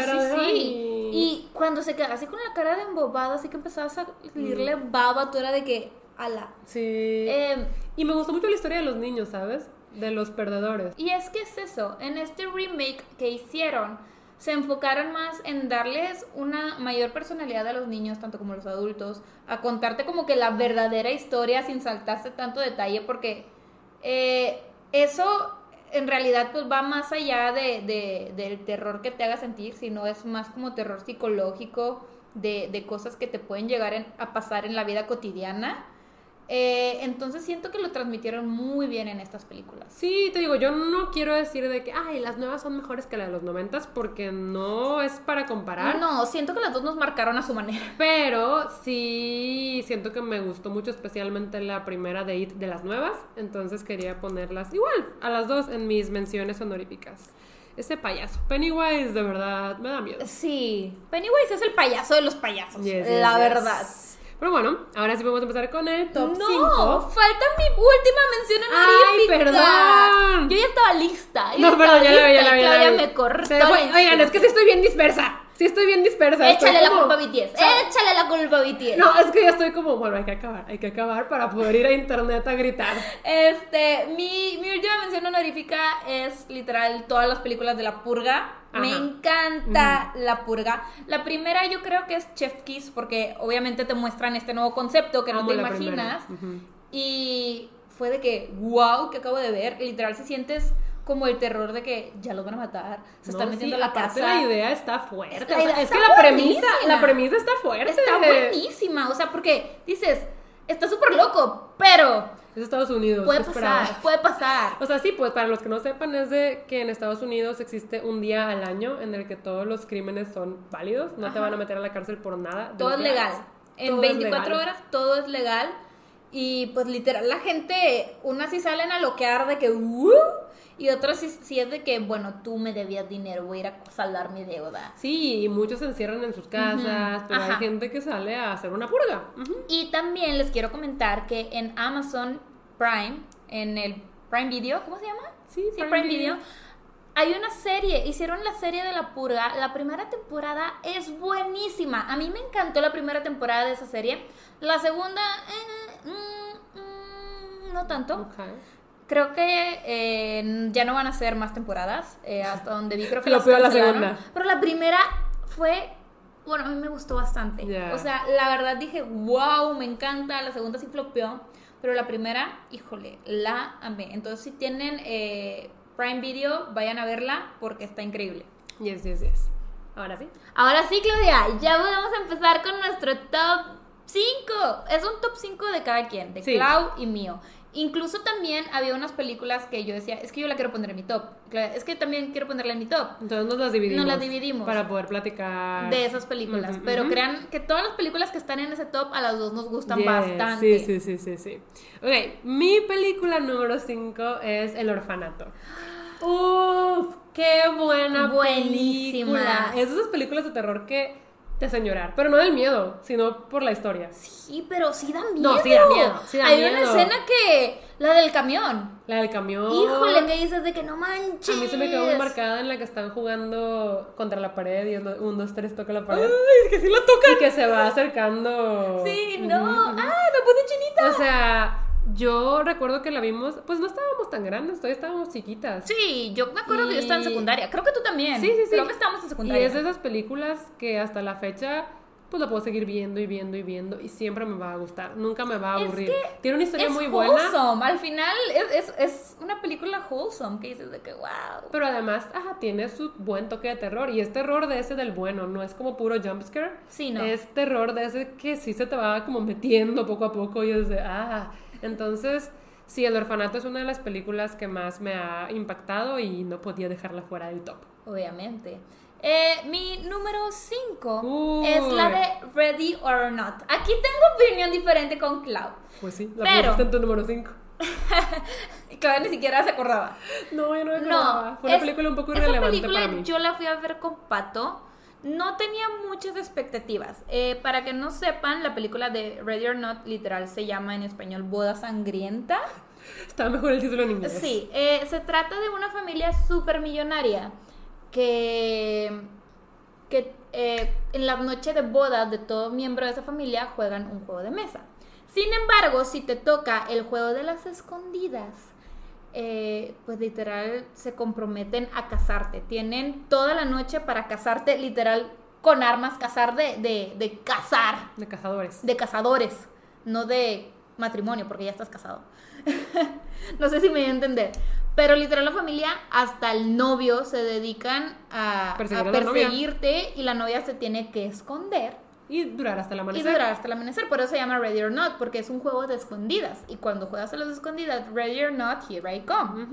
Y cuando se quedaba así con la cara de embobada, así que empezaba a salirle baba, tú era de que, ala. Sí. Y me gustó mucho la historia de los niños, ¿sabes? De los perdedores. Y es que es eso, en este remake que hicieron, se enfocaron más en darles una mayor personalidad a los niños, tanto como a los adultos, a contarte como que la verdadera historia sin saltarse tanto detalle, porque eso en realidad pues va más allá del terror que te haga sentir, sino es más como terror psicológico de cosas que te pueden llegar a pasar en la vida cotidiana. Entonces siento que lo transmitieron muy bien en estas películas. Sí, te digo, yo no quiero decir de que las nuevas son mejores que las de los 90s, porque no es para comparar. No, siento que las dos nos marcaron a su manera. Pero sí siento que me gustó mucho, especialmente la primera de It de las nuevas. Entonces quería ponerlas igual a las dos en mis menciones honoríficas. Ese payaso, Pennywise, de verdad, me da miedo. Sí, Pennywise es el payaso de los payasos, Yes, verdad. Pero bueno, ahora sí podemos empezar con el top 5. No, falta mi última mención honorífica. ¡Ay, perdón! Yo ya estaba lista. Perdón, ya la vi. Claudia me cortó. Oigan, es que sí estoy bien dispersa. Échale la culpa a BTS. Échale la culpa a BTS. No, es que ya estoy como, bueno, hay que acabar para poder ir a internet a gritar. Mi última mención honorífica es literal todas las películas de La Purga. Ajá. Me encanta La Purga. La primera yo creo que es Chef Kiss, porque obviamente te muestran este nuevo concepto que no te imaginas. Y fue de que, wow, que acabo de ver. Literal, si sientes como el terror de que ya los van a matar, se están metiendo a la casa. La idea está fuerte. Es que la premisa está fuerte. Está buenísima, o sea, porque dices, está súper loco, pero es Estados Unidos. Puede pasar. O sea, sí, pues para los que no sepan es de que en Estados Unidos existe un día al año en el que todos los crímenes son válidos, no te van a meter a la cárcel por nada. Todo es legal. En 24 horas todo es legal. Y pues literal la gente, unas sí salen a loquear de que y otras sí es de que, bueno, tú me debías dinero, voy a ir a saldar mi deuda. Sí, y muchos se encierran en sus casas, pero hay gente que sale a hacer una purga. Y también les quiero comentar que en Amazon Prime, en el Prime Video, ¿cómo se llama? Sí, Prime Video. Hay una serie, hicieron la serie de La Purga. La primera temporada es buenísima. A mí me encantó la primera temporada de esa serie. La segunda, no tanto. Okay. Creo que ya no van a ser más temporadas. Hasta donde vi, creo que la segunda. Pero la primera fue, bueno, a mí me gustó bastante. Yeah. O sea, la verdad dije, wow, me encanta. La segunda sí flopeó. Pero la primera, híjole, la amé. Entonces, si tienen Prime Video, vayan a verla porque está increíble. Yes. Ahora sí. Ahora sí, Claudia, ya vamos a empezar con nuestro top 5. Es un top 5 de cada quien, de Clau y mío. Incluso también había unas películas que yo decía, es que yo la quiero poner en mi top. Es que también quiero ponerla en mi top. Entonces nos las dividimos. Nos las dividimos. Para poder platicar de esas películas. Pero crean que todas las películas que están en ese top a las dos nos gustan bastante. Sí. Ok, mi película número 5 es El Orfanato. ¡Uf! ¡Qué buena película! Es de esas películas de terror que te hacen llorar, pero no del miedo, sino por la historia. Sí, pero sí da miedo. No, sí da miedo. Hay una escena que... La del camión. Híjole, que dices de que no manches. A mí se me quedó muy marcada en la que están jugando contra la pared y 1, 2, 3 toca la pared. ¡Ay, es que sí lo tocan! Y que se va acercando. Sí, no. ¡Ay, me puse chinita! O sea... Yo recuerdo que la vimos, pues no estábamos tan grandes, todavía estábamos chiquitas. Sí, yo me acuerdo que yo estaba en secundaria. Creo que tú también. Sí. Creo que estábamos en secundaria. Y es de esas películas que hasta la fecha, pues la puedo seguir viendo y siempre me va a gustar. Nunca me va a aburrir. Tiene una historia muy buena. Wholesome. Al final es una película wholesome que dices de que wow. Pero además, tiene su buen toque de terror. Y es terror de ese del bueno, no es como puro jumpscare. Sí, no. Es terror de ese que sí se te va como metiendo poco a poco y es de Entonces, sí, El Orfanato es una de las películas que más me ha impactado y no podía dejarla fuera del top. Obviamente. Mi número 5 es la de Ready or Not. Aquí tengo opinión diferente con Clau. Pues sí, la pusiste en tu número 5. Clau ni siquiera se acordaba. No, yo no me acordaba. Fue una película un poco irrelevante para mí. Yo la fui a ver con Pato. No tenía muchas expectativas. Para que no sepan, la película de Ready or Not literal se llama en español Boda Sangrienta. Estaba mejor el título en inglés. Sí, se trata de una familia súper millonaria que en la noche de boda de todo miembro de esa familia juegan un juego de mesa. Sin embargo, si te toca el juego de las escondidas, pues literal se comprometen a casarte. Tienen toda la noche para casarte, literal, con armas, cazar de cazar. De cazadores. De cazadores, no de matrimonio, porque ya estás casado. No sé si me voy a entender. Pero literal la familia, hasta el novio, se dedican a perseguirte y la novia se tiene que esconder. Y durar hasta el amanecer. Por eso se llama Ready or Not, porque es un juego de escondidas. Y cuando juegas a las escondidas, Ready or Not, here I come.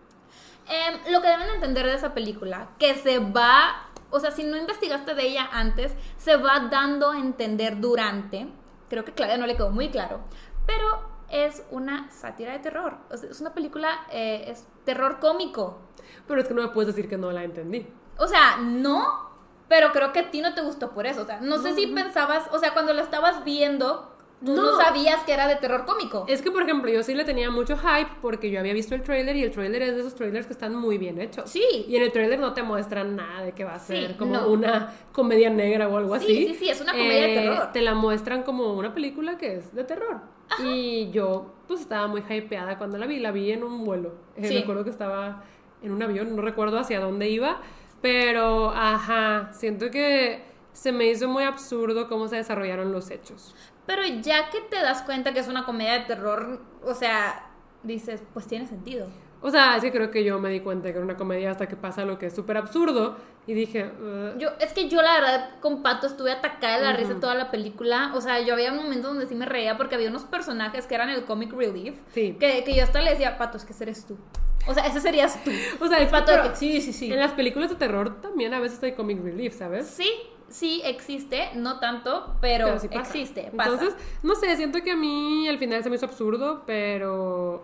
Lo que deben entender de esa película, que se va... O sea, si no investigaste de ella antes, se va dando a entender durante. Creo que a Claudia no le quedó muy claro. Pero es una sátira de terror. O sea, es una película... es terror cómico. Pero es que no me puedes decir que no la entendí. O sea, no... Pero creo que a ti no te gustó por eso. O sea, no sé si pensabas... O sea, cuando la estabas viendo, tú no sabías que era de terror cómico. Es que, por ejemplo, yo sí le tenía mucho hype porque yo había visto el tráiler y el tráiler es de esos trailers que están muy bien hechos. Sí. Y en el tráiler no te muestran nada de que va a ser como una comedia negra o algo así. Sí, es una comedia de terror. Te la muestran como una película que es de terror. Ajá. Y yo, pues, estaba muy hypeada cuando la vi en un vuelo. Recuerdo que estaba en un avión, no recuerdo hacia dónde iba. Pero, siento que se me hizo muy absurdo cómo se desarrollaron los hechos. Pero ya que te das cuenta que es una comedia de terror, o sea, dices, pues tiene sentido. O sea, es que creo que yo me di cuenta que era una comedia hasta que pasa lo que es súper absurdo. Y dije... Es que yo la verdad con Pato estuve atacada de la risa toda la película. O sea, yo había un momento donde sí me reía porque había unos personajes que eran el comic relief. Sí. Que yo hasta le decía, Pato, es que ese eres tú. O sea, ese serías tú. O sea, el Pato de que sí. En las películas de terror también a veces hay comic relief, ¿sabes? Sí existe, no tanto, pero sí existe, pasa. Entonces, no sé, siento que a mí al final se me hizo absurdo, pero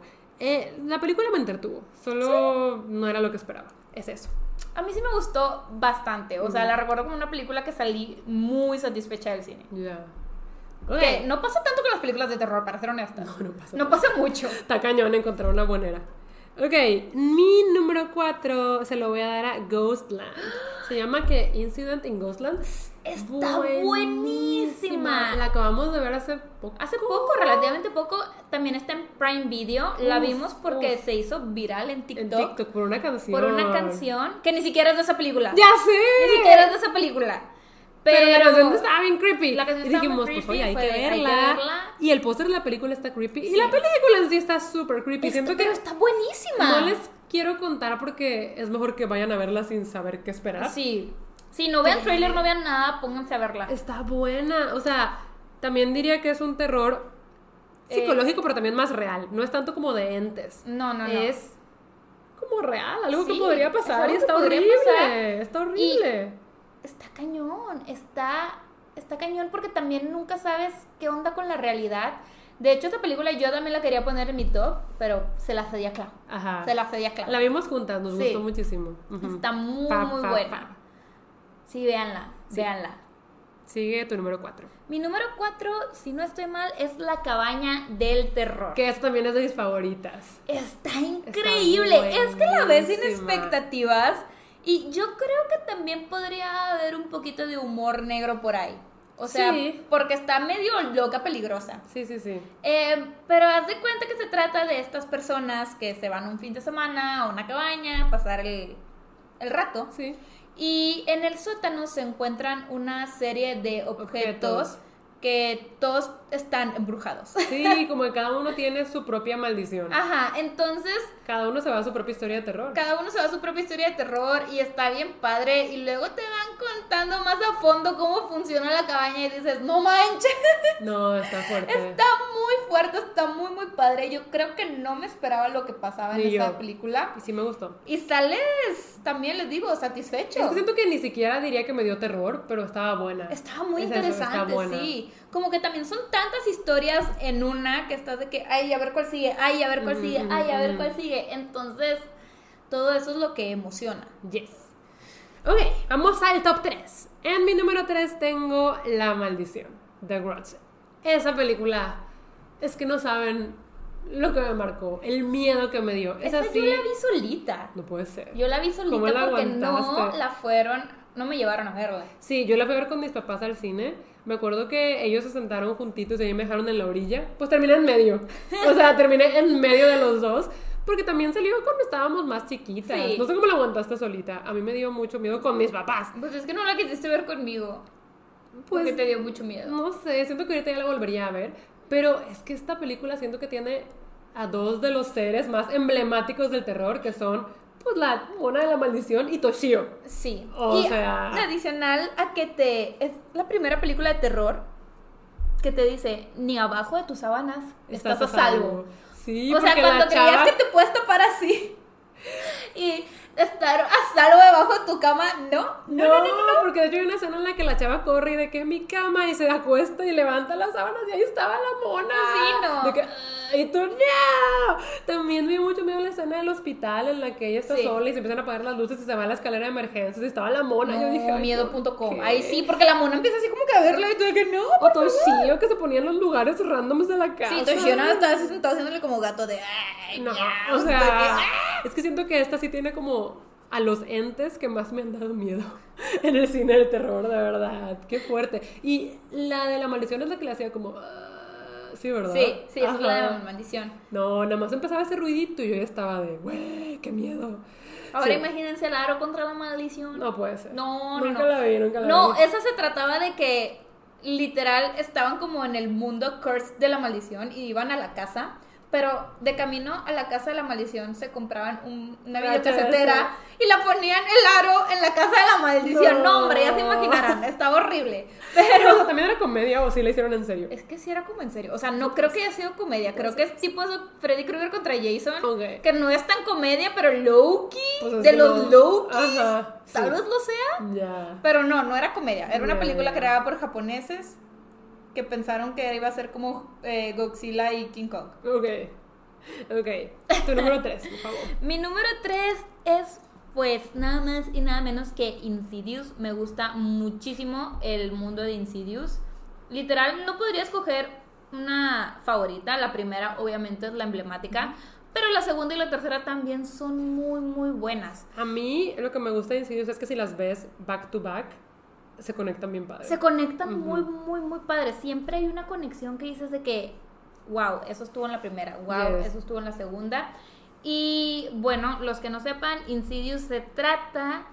la película me entretuvo. Solo no era lo que esperaba. Es eso. A mí sí me gustó bastante. O sea, la recuerdo como una película que salí muy satisfecha del cine. Ya. Que no pasa tanto con las películas de terror, para ser honesta. No pasa mucho. Está cañón encontrar una buena. Ok, mi número 4 se lo voy a dar a Ghostland. Se llama que Incident in Ghostland. Está buenísima. La acabamos de ver hace poco. Relativamente poco. También está en Prime Video. La vimos porque se hizo viral en TikTok. Por una canción. Que ni siquiera es de esa película. ¡Ya sé! Ni siquiera es de esa película. Pero la canción estaba bien creepy. Y dijimos, pues oye, hay que verla. Y el póster de la película está creepy. Y la película en sí está súper creepy. Pero está buenísima. No les quiero contar porque es mejor que vayan a verla sin saber qué esperar. Sí. Si no vean trailer, no vean nada, pónganse a verla. Está buena. O sea, también diría que es un terror psicológico, pero también más real. No es tanto como de entes. No. Es como real, algo Sí, que podría pasar es y algo está que podría horrible. pasar. Está horrible. Está cañón, está cañón porque también nunca sabes qué onda con la realidad. De hecho, esta película yo también la quería poner en mi top, pero se la cedí a Clau. Ajá. Se la cedí a Clau. La vimos juntas, nos Sí. gustó muchísimo. Ujú. Está muy buena. Sí, véanla. Sigue tu número 4. Mi número 4, si no estoy mal, es La cabaña del terror. Que esta también es de mis favoritas. Está increíble. Es que la ves sin buenísima. expectativas. Y yo creo que también podría haber un poquito de humor negro por ahí. O sea, Sí. porque está medio loca, peligrosa. Sí. Pero haz de cuenta que se trata de estas personas que se van un fin de semana a una cabaña a pasar el rato. Sí. Y en el sótano se encuentran una serie de objetos que todos están embrujados. Sí, como que cada uno tiene su propia maldición. Ajá, entonces Cada uno se va a su propia historia de terror. cada uno se va a su propia historia de terror y está bien padre. Y luego te van contando más a fondo cómo funciona la cabaña y dices, no manches, No, está fuerte. está muy fuerte, está muy, muy padre. Yo creo que no me esperaba lo que pasaba en Ni esa yo. película. Y sí me gustó. Y sales, también les digo, satisfecho. Es que siento que ni siquiera diría que me dio terror, pero estaba buena. Estaba muy Es eso, interesante, está buena. sí. Como que también son tantas historias en una que estás de que, ay, a ver cuál sigue, ay, a ver cuál sigue, ay, a ver cuál sigue. Entonces, todo eso es lo que emociona. Yes. Ok, vamos al top 3. En mi número 3 tengo La Maldición, The Grudge. Esa película, es que no saben lo que me marcó, el miedo que me dio. Es Esa así. yo la vi solita. No puede ser. Yo la vi solita ¿Cómo la porque aguantaste? no me llevaron a verla. Sí, yo la fui a ver con mis papás al cine. Me acuerdo que ellos se sentaron juntitos y a mí me dejaron en la orilla. Pues terminé en medio. O sea, terminé en medio de los dos. Porque también salió cuando estábamos más chiquitas. Sí. No sé cómo la aguantaste solita. A mí me dio mucho miedo con mis papás. Pues es que no la quisiste ver conmigo. Pues Porque te dio mucho miedo. no sé, siento que ahorita ya la volvería a ver. Pero es que esta película siento que tiene a dos de los seres más emblemáticos del terror, que son pues la mona de la maldición y Toshio. Sí. O y sea- adicional a que es la primera película de terror que te dice, ni abajo de tus sábanas estás a salvo. Sí, O sea, porque cuando la creías chava... que te puedes tapar así y estar a salvo debajo de tu cama, no. No, porque de hecho hay una escena en la que la chava corre y de que es mi cama y se acuesta y levanta las sábanas y ahí estaba la mona. Sí, no. De que, y tú, no. También me dio mucho miedo la escena del hospital en la que ella está Sí. sola y se empiezan a apagar las luces y se va a la escalera de emergencias y estaba la mona. Yo dije, No, ay, miedo.com. ¿por qué? Ahí sí, porque la mona empieza así como que a verla y tú de que no. O Toshio que se ponía en los lugares randoms de la casa. Sí, Toshio no estaba así sentado haciéndole como gato de ay, No, ya, o de sea, que, es que siento que esta sí tiene como a los entes que más me han dado miedo en el cine del terror, de verdad. Qué fuerte. Y la de la maldición es la que le hacía como... sí, ¿verdad? Sí, esa es la Ajá. de maldición. No, nada más empezaba ese ruidito y yo ya estaba de, güey, qué miedo. Ahora Sí. imagínense el aro contra la maldición. No puede ser. No, Nunca la vi, nunca la No, vi. esa se trataba de que literal estaban como en el mundo cursed de la maldición y iban a la casa, pero de camino a la casa de la maldición se compraban una VHS. videocasetera y la ponían el aro en la casa de la maldición. No, No. hombre, ya se imaginarán, estaba horrible. Pero Pero también era comedia o sí la hicieron en serio. es que sí era como en serio, o sea, no creo que haya sido comedia, creo que es tipo eso, Freddy Krueger contra Jason, Ok. que no es tan comedia, pero low-key, Pues es de que los no. low-keys, Ajá, sí. tal vez lo sea. Ya. Pero no era comedia. Era una Ya, película ya. creada por japoneses que pensaron que iba a ser como Godzilla y King Kong. Ok. Tu número 3, por favor. Mi número 3 es, pues, nada más y nada menos que Insidious. Me gusta muchísimo el mundo de Insidious. Literal, no podría escoger una favorita. La primera, obviamente, es la emblemática. Pero la segunda y la tercera también son muy, muy buenas. A mí lo que me gusta de Insidious es que si las ves back to back, se conectan bien padre. Se conectan muy, muy, muy padre. Siempre hay una conexión que dices de que, wow, eso estuvo en la primera, wow, Yes. eso estuvo en la segunda. Y bueno, los que no sepan, Insidious se trata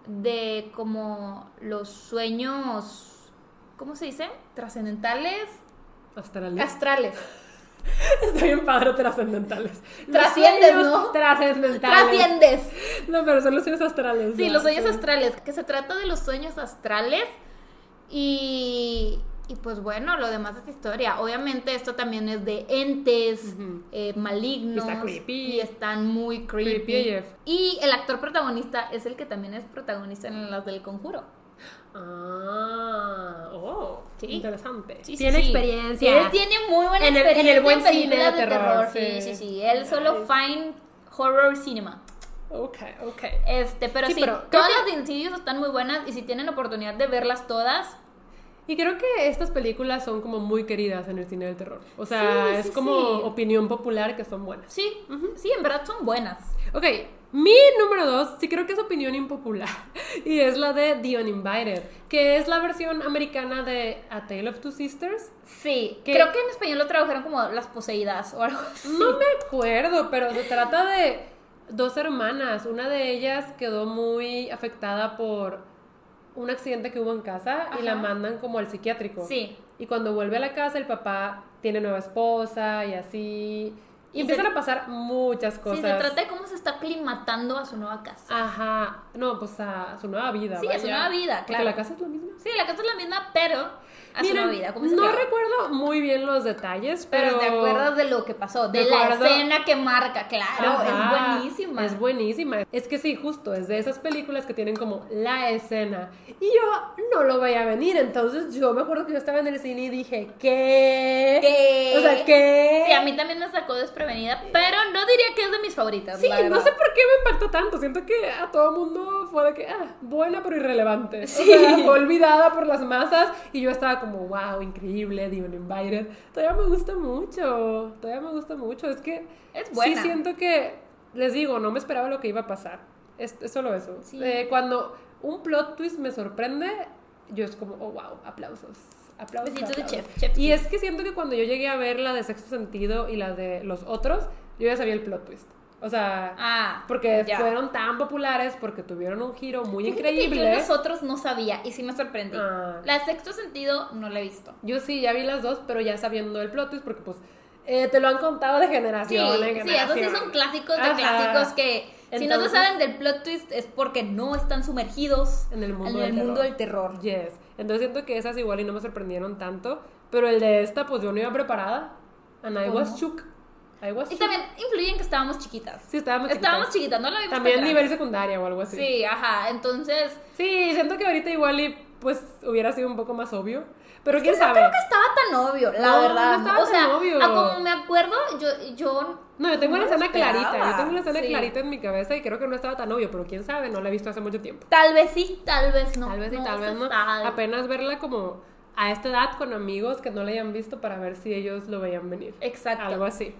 de como los sueños, ¿cómo se dice? Trascendentales, astrales. Está bien padre, trascendentales. Trasciendes, Los sueños ¿no? Trascendentales. Trasciendes. No, pero son los sueños astrales. Sí, ya, los sueños sí. astrales, que se trata de los sueños astrales y Y pues bueno, lo demás es historia. Obviamente esto también es de entes malignos. Está creepy. Y están muy creepy. Creepy AF. Y el actor protagonista es el que también es protagonista en las del Conjuro. Sí. Interesante. Sí, tiene sí. experiencia. Él tiene muy buena En el experiencia buen en cine películas de de terror, terror. sí. Sí. Él solo fine horror cinema. Ok. Pero Sí, sí, pero creo todas que- las de Insidious están muy buenas y si tienen oportunidad de verlas todas, Y creo que estas películas son como muy queridas en el cine del terror. O sea, Sí, es sí, como sí. opinión popular que son buenas. sí, en verdad son buenas. Ok, mi número 2, sí creo que es opinión impopular. Y es la de The Uninvited, que es la versión americana de A Tale of Two Sisters. Sí, ¿Qué? creo que en español lo tradujeron como Las Poseídas o algo así. No me acuerdo, pero se trata de dos hermanas. Una de ellas quedó muy afectada por un accidente que hubo en casa y la Ajá. mandan como al psiquiátrico. Sí. Y cuando vuelve a la casa, el papá tiene nueva esposa y así. Y Y empiezan se- a pasar muchas cosas. Sí, se trata de cómo se está aclimatando a su nueva casa. Ajá. No, pues a su nueva vida. Sí, a su vaya. nueva vida, Porque claro. la casa es la misma. Sí, la casa es la misma, pero a su Miren, nueva vida. ¿Cómo se no llama? recuerdo muy bien los detalles, Pero pero... te acuerdas de lo que pasó, de Me la acuerdo. escena que marca, claro, Ajá, es buenísima. Es buenísima. Es que sí, justo, es de esas películas que tienen como la escena. Y yo no lo veía venir, entonces yo me acuerdo que yo estaba en el cine y dije, ¿qué? ¿Qué? O sea, ¿qué? Sí, a mí también me sacó desprevenida, pero no diría que es de mis favoritas. Sí, la no verdad. sé por qué me impactó tanto. Siento que a todo mundo fue de que, buena pero irrelevante. Sí. O sea, fue olvidada por las masas y yo estaba como, wow, increíble, The Uninvited. Todavía me gusta mucho. Es que Es buena. sí siento que, les digo, no me esperaba lo que iba a pasar. Es solo eso. Sí. Cuando un plot twist me sorprende, yo es como, oh, wow, aplausos. Besitos de aplausos. chef. Y es que siento que cuando yo llegué a ver la de Sexto Sentido y la de los otros, yo ya sabía el plot twist. O sea, porque ya. fueron tan populares, porque tuvieron un giro muy Fíjate que increíble. yo los otros no sabía y sí me sorprendí. Ah. La Sexto Sentido no la he visto. Yo sí, ya vi las dos, pero ya sabiendo el plot twist, porque pues te lo han contado de Sí, generación en sí, esos sí generación. son clásicos de Ajá. clásicos que si no se Entonces- saben del plot twist es porque no están sumergidos En el mundo, del terror. Yes. Entonces siento que esas igual y no me sorprendieron tanto, pero el de esta, pues yo no iba preparada. And I ¿Cómo? was shook. I was Y shook. también influye en que estábamos chiquitas. Sí, estábamos chiquitas, no la vimos También tan nivel grande. secundaria o algo así. Sí, ajá, entonces... Sí, siento que ahorita igual y pues hubiera sido un poco más obvio. Pero quién No sabe. creo que estaba tan obvio, la No, verdad. no estaba o sea, tan obvio. a como me acuerdo, yo No, yo tengo no una lo escena clarita. esperaba. Yo tengo una escena Sí. clarita en mi cabeza y creo que no estaba tan obvio, pero quién sabe, no la he visto hace mucho tiempo. Tal vez sí, tal vez no. Tal vez sí, no tal vez se no. sabe. Apenas verla como a esta edad con amigos que no la hayan visto para ver si ellos lo veían venir. Exacto. Algo así.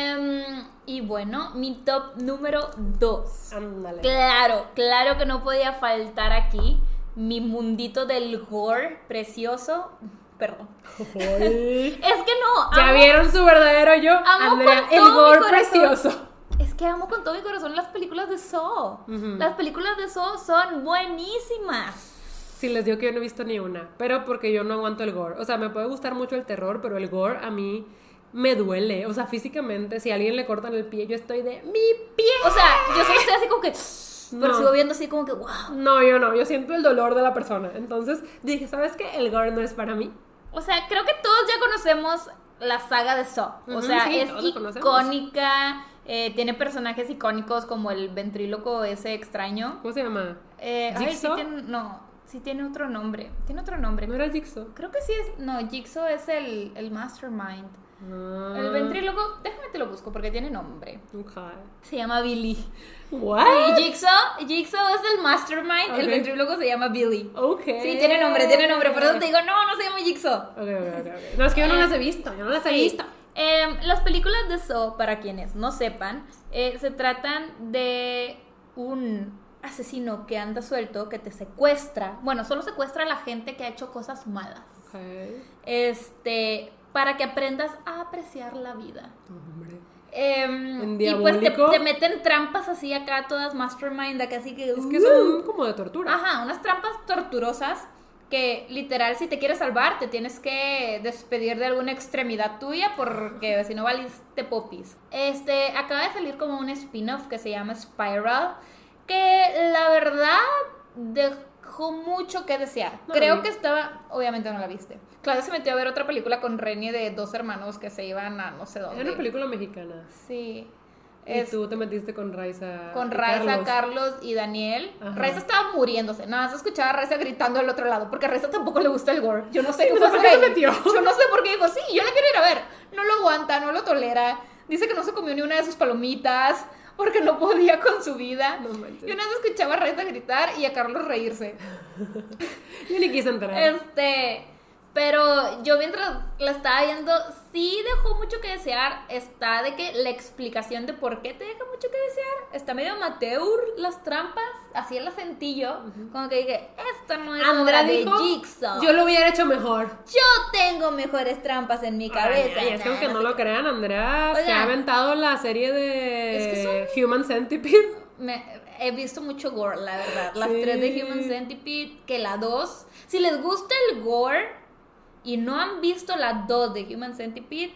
Y bueno, mi top número 2. Ándale. Claro que no podía faltar aquí mi mundito del gore precioso. Perdón. Uy. Es que no. Ya amo- vieron su verdadero yo, amo Andrea, con el todo mi gore corazón. precioso. Es que amo con todo mi corazón las películas de Saw. Ujú. Las películas de Saw son buenísimas. Sí, les digo que yo no he visto ni una, pero porque yo no aguanto el gore. O sea, me puede gustar mucho el terror, pero el gore a mí me duele. O sea, físicamente, si a alguien le cortan el pie, yo estoy de mi pie. O sea, yo solo estoy así como que... Pero No. sigo viendo así como que, wow. No, yo siento el dolor de la persona. Entonces dije, ¿sabes qué? El gore no es para mí. O sea, creo que todos ya conocemos la saga de Saw. O Ujú, sea, sí, es todos la conocemos. icónica. Tiene personajes icónicos como el ventríloco ese extraño. ¿Cómo se llama? Ay, sí ¿Jigsaw? sí tiene otro nombre. Tiene otro nombre. ¿No era Jigsaw? Creo que sí es... No, Jigsaw es el mastermind. Ah, El ventríloco, déjame te lo busco porque tiene nombre. ok. Se llama Billy. What? Sí, Jigsaw es el mastermind, el Ok. ventríloco se llama Billy. Ok. Sí, tiene nombre, por eso te digo, no se llama Jigsaw. Ok. No, es que yo no las he visto, Sí. Las películas de Saw, para quienes no sepan, se tratan de un asesino que anda suelto, que te secuestra. Bueno, solo secuestra a la gente que ha hecho cosas malas. Ok. Para que aprendas a apreciar la vida. Hombre. Y pues diabólico. te meten trampas así acá, todas mastermind, acá así que... Es que son como de tortura. Ajá, unas trampas torturosas que literal si te quieres salvar te tienes que despedir de alguna extremidad tuya porque si no valiste popis. Acaba de salir como un spin-off que se llama Spiral, que la verdad dejó mucho que desear. No, Creo y- que estaba, obviamente no la viste. Claudia se metió a ver otra película con Reni de dos hermanos que se iban a no sé dónde. Era una película mexicana. Sí. Y tú te metiste con Raiza. Con y Raiza, Carlos y Daniel. Ajá. Raiza estaba muriéndose. Nada, se escuchaba a Raiza gritando al otro lado. Porque a Raiza tampoco le gusta el gore. Yo no sé qué no sé pasó por qué se ahí. metió. Yo no sé por qué dijo, sí, yo la quiero ir a ver. No lo aguanta, no lo tolera. Dice que no se comió ni una de sus palomitas porque no podía con su vida. No manches. Yo nada más escuchaba a Raiza gritar y a Carlos reírse. Yo ni quise entrar. Pero yo mientras la estaba viendo, sí dejó mucho que desear. Está de que la explicación de por qué te deja mucho que desear. Está medio amateur las trampas. Así la sentí yo. Como que dije, esta no es obra de Jigsaw. Yo lo hubiera hecho mejor. Yo tengo mejores trampas en mi cabeza. Ay, es que aunque no lo crean, Andrea se Oigan, ha aventado la serie de es que Human Centipede. He visto mucho gore, la verdad. Las Sí. 3 de Human Centipede, que la 2. Si les gusta el gore y no han visto la 2 de Human Centipede,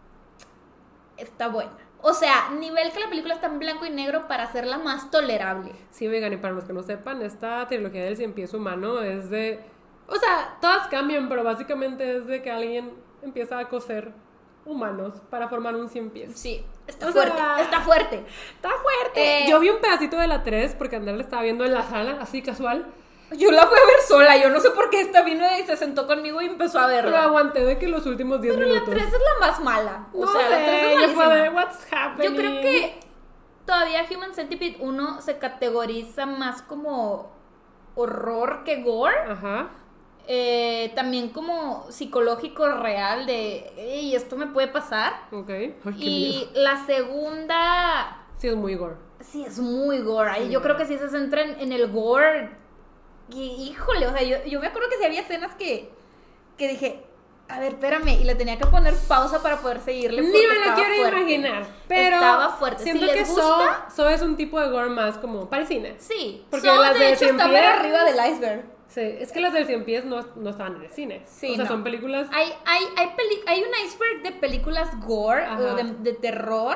está buena. O sea, nivel que la película está en blanco y negro para hacerla más tolerable. Sí, oigan, y para los que no sepan, esta trilogía del cien pies humano es de... O sea, todas cambian, pero básicamente es de que alguien empieza a coser humanos para formar un cien pies. Sí, está O fuerte, sea, está fuerte. ¡Está fuerte! Yo vi un pedacito de la 3 porque Andrea la estaba viendo en la sala, así casual. Yo la fui a ver sola, yo no sé por qué esta vino y se sentó conmigo y empezó a Pero verla. aguanté de que los últimos 10 Pero minutos. la 3 es la más mala. O No sea, la 3 sé, es yo fue de, malísima. what's happening? Yo creo que todavía Human Centipede 1 se categoriza más como horror que gore. Ajá. También como psicológico real de, "Ey, esto me puede pasar". Ok. Ay, qué Y miedo. la segunda, Sí, es muy gore. sí, es muy gore. Ahí yo creo que sí se centra en el gore. Y híjole, o sea, yo me acuerdo que sí había escenas que dije, a ver, espérame, y le tenía que poner pausa para poder seguirle. Ni porque me lo estaba quiero fuerte. imaginar. Pero estaba fuerte. siento Si que les gusta, Saw es un tipo de gore más como parisina. sí. Porque Saw, las de de hecho, Cien está Pies- por arriba del iceberg. Sí, es que las del cien pies no estaban en el cine. Sí, o sea, no. son películas... Hay un iceberg de películas gore Ajá. o de terror.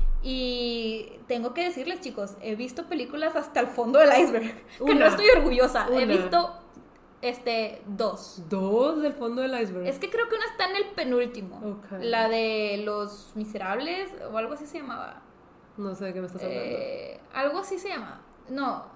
Y tengo que decirles, chicos, he visto películas hasta el fondo del iceberg. Que Una. no estoy orgullosa. He Una. visto 2. Dos del fondo del iceberg. Es que creo que una está en el penúltimo. Ok. La de Los Miserables o algo así se llamaba. No sé de qué me estás hablando. Algo así se llamaba. No,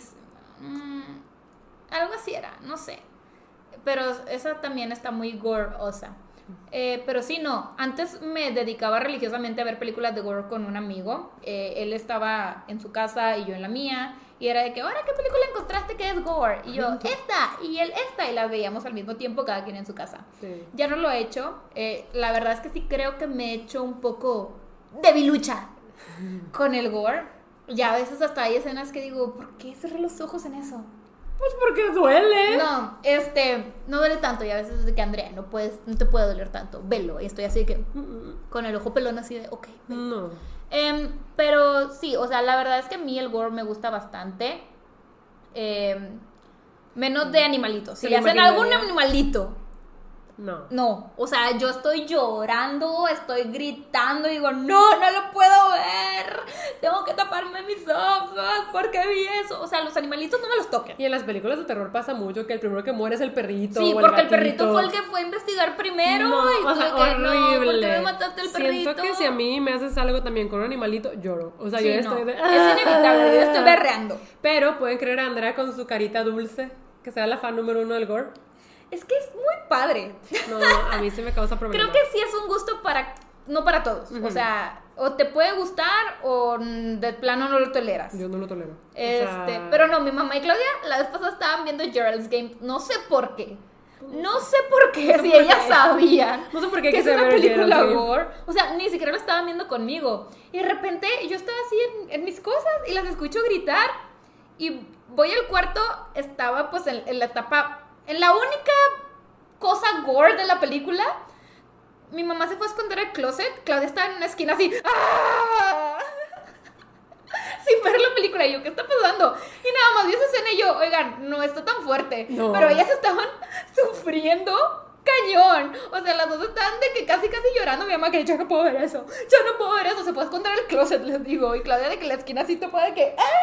algo así era, no sé. Pero esa también está muy gore-osa. Pero sí, no. Antes me dedicaba religiosamente a ver películas de gore con un amigo. Él estaba en su casa y yo en la mía. Y era de que, ahora, ¿qué película encontraste que es gore? Y yo, esta. Y él, esta. Y la veíamos al mismo tiempo, cada quien en su casa. Sí. Ya no lo he hecho. La verdad es que sí creo que me he hecho un poco debilucha con el gore. Ya a veces hasta hay escenas que digo, ¿por qué cerré los ojos en eso? Pues porque duele. No, no duele tanto. Y a veces es de que, Andrea, no te puede doler tanto. Velo. Y estoy así de que, con el ojo pelón así de, ok, velo. No. Pero sí, o sea, la verdad es que a mí el gore me gusta bastante. Menos de animalitos. Si ¿Te lo hacen algún imaginaría? animalito, No. no. O sea, yo estoy llorando, estoy gritando y digo, no lo puedo ver. Tengo que taparme mis ojos. ¿Por qué vi eso? O sea, los animalitos no me los toquen. Y en las películas de terror pasa mucho que el primero que muere es el perrito. Sí, o porque el gatito. perrito fue el que fue a investigar primero. No, y o sea, tuve que, no, ¿por qué horrible. me mataste el perrito? Siento que si a mí me haces algo también con un animalito, lloro. O sea, Sí, yo no. estoy de... Es inevitable, yo estoy berreando. Pero pueden creer a Andrea con su carita dulce, que sea la fan número 1 del gore. Es que es muy padre. No, a mí sí me causa problema. Creo que sí es un gusto no para todos. O sea, o te puede gustar o de plano no lo toleras. Yo no lo tolero. O sea, Pero no, mi mamá y Claudia la vez pasada estaban viendo Gerald's Game. No sé por qué. No sé por qué, No sé si por ellas qué. sabían No sé por qué que es quise una ver película Gerald's Game. gore. O sea, ni siquiera la estaban viendo conmigo. Y de repente yo estaba así en mis cosas y las escucho gritar. Y voy al cuarto, estaba pues en la etapa, en la única cosa gore de la película. Mi mamá se fue a esconder al closet. Claudia estaba en una esquina así. ¡Ah! Sin ver la película. Y yo, ¿qué está pasando? Y nada más vi esa escena y yo, oigan, no está tan fuerte. No. Pero ellas estaban sufriendo cañón. O sea, las dos estaban de que casi llorando. Mi mamá que yo no puedo ver eso. Yo no puedo ver eso. Se fue a esconder al closet, les digo. Y Claudia de que la esquina así te puede que... ¡ah!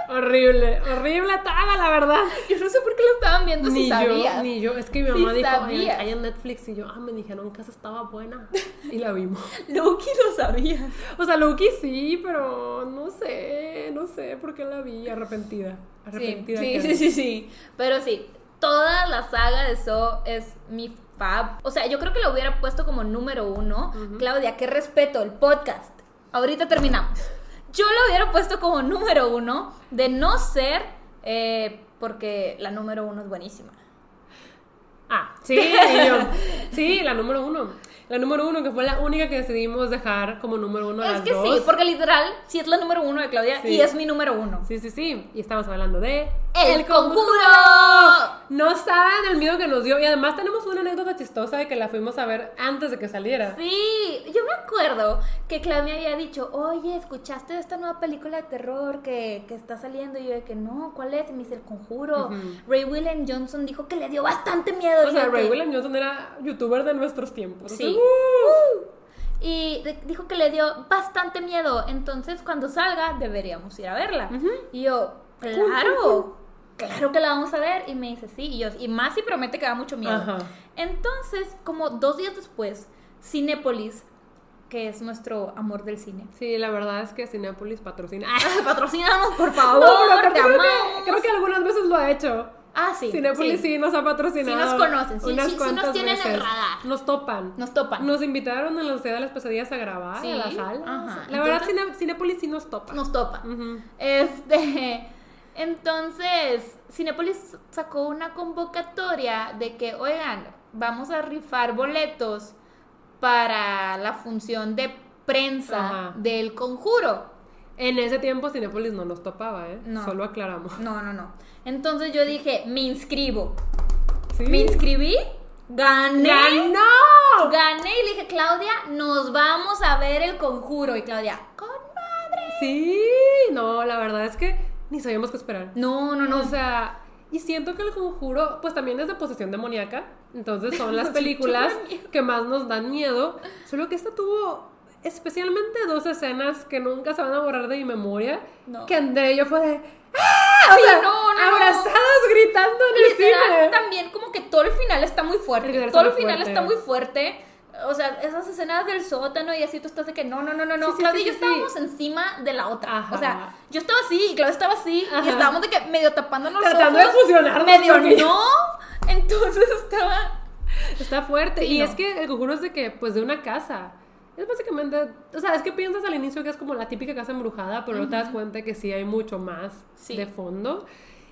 Horrible estaba, la verdad. Yo no sé por qué lo estaban viendo si sabías. Ni yo. Es que mi mamá Sí dijo, sabías. hay en Netflix. Y yo, me dijeron que esa estaba buena. Y la vimos. Loki lo sabías. O sea, Loki sí, pero no sé por qué la vi arrepentida. Sí. Pero sí, toda la saga de Saw es mi fab. O sea, yo creo que lo hubiera puesto como número 1. Claudia, qué respeto, el podcast. Ahorita terminamos. Yo lo hubiera puesto como número 1, de no ser porque la número 1 es buenísima. Sí, y yo. Sí, la número 1. La número 1, que fue la única que decidimos dejar como número 1 Es las que dos. sí, porque literal, sí es la número 1 de Claudia Sí. y es mi número 1. Sí. Y estamos hablando de... ¡El Conjuro! No saben el miedo que nos dio. Y además tenemos una anécdota chistosa de que la fuimos a ver antes de que saliera. Sí, yo me acuerdo que Claudia había dicho, oye, ¿escuchaste de esta nueva película de terror que está saliendo? Y yo de que no, ¿cuál es? Y me dice, El Conjuro. Ray William Johnson dijo que le dio bastante miedo. O Y sea, yo de Ray que, William Johnson era youtuber de nuestros tiempos. Sí. Y dijo que le dio bastante miedo. Entonces, cuando salga, deberíamos ir a verla. Y yo, claro que la vamos a ver. Y me dice, sí. Y más si promete que da mucho miedo. Ajá. Entonces, como 2 días después, Cinépolis, que es nuestro amor del cine. Sí, la verdad es que Cinépolis patrocina. Patrocínanos, por favor. No, pero te amamos. creo que algunas veces lo ha hecho. Sí. Cinépolis sí nos ha patrocinado. Sí nos conocen, sí unas nos cuantas tienen en el veces. radar. Nos topan. Nos invitaron a la Ciudad de las Pesadillas a grabar Sí, a la sala. ajá. La verdad, Entonces, Cinépolis sí nos topa. Nos topa. Ujú. Entonces, Cinépolis sacó una convocatoria de que, oigan, vamos a rifar boletos para la función de prensa Ajá. del Conjuro. En ese tiempo Cinépolis no nos topaba, ¿eh? No. Solo aclaramos. No. Entonces yo dije, me inscribo. ¿Sí? Me inscribí, gané. ¡Ganó! Gané y le dije, Claudia, nos vamos a ver el Conjuro. Y Claudia, con madre. Sí, no, la verdad es que ni sabíamos qué esperar. No. O sea, y siento que El Conjuro, pues también es de posesión demoníaca. Entonces son las películas que más nos dan miedo. Solo que esta tuvo especialmente 2 escenas que nunca se van a borrar de mi memoria. No. Que André y yo fue de... Sí, no. abrazadas gritando en el Literal, cine. también como que todo el final está muy fuerte. El final Todo el está muy final fuerte. está muy fuerte. O sea, esas escenas del sótano y así tú estás de que no. Sí, Claudia y sí, yo sí. estábamos encima de la otra. Ajá. O sea, yo estaba así y Claudia estaba así. Ajá. Y estábamos de que medio tapándonos los Tratando ojos. de fusionarnos, Medio porque- no. Entonces estaba... Está fuerte. Sí, Y no. es que El Conjuro es de que, pues, de una casa. Es básicamente... O sea, es que piensas al inicio que es como la típica casa embrujada, pero no te das cuenta que sí hay mucho más Sí. de fondo.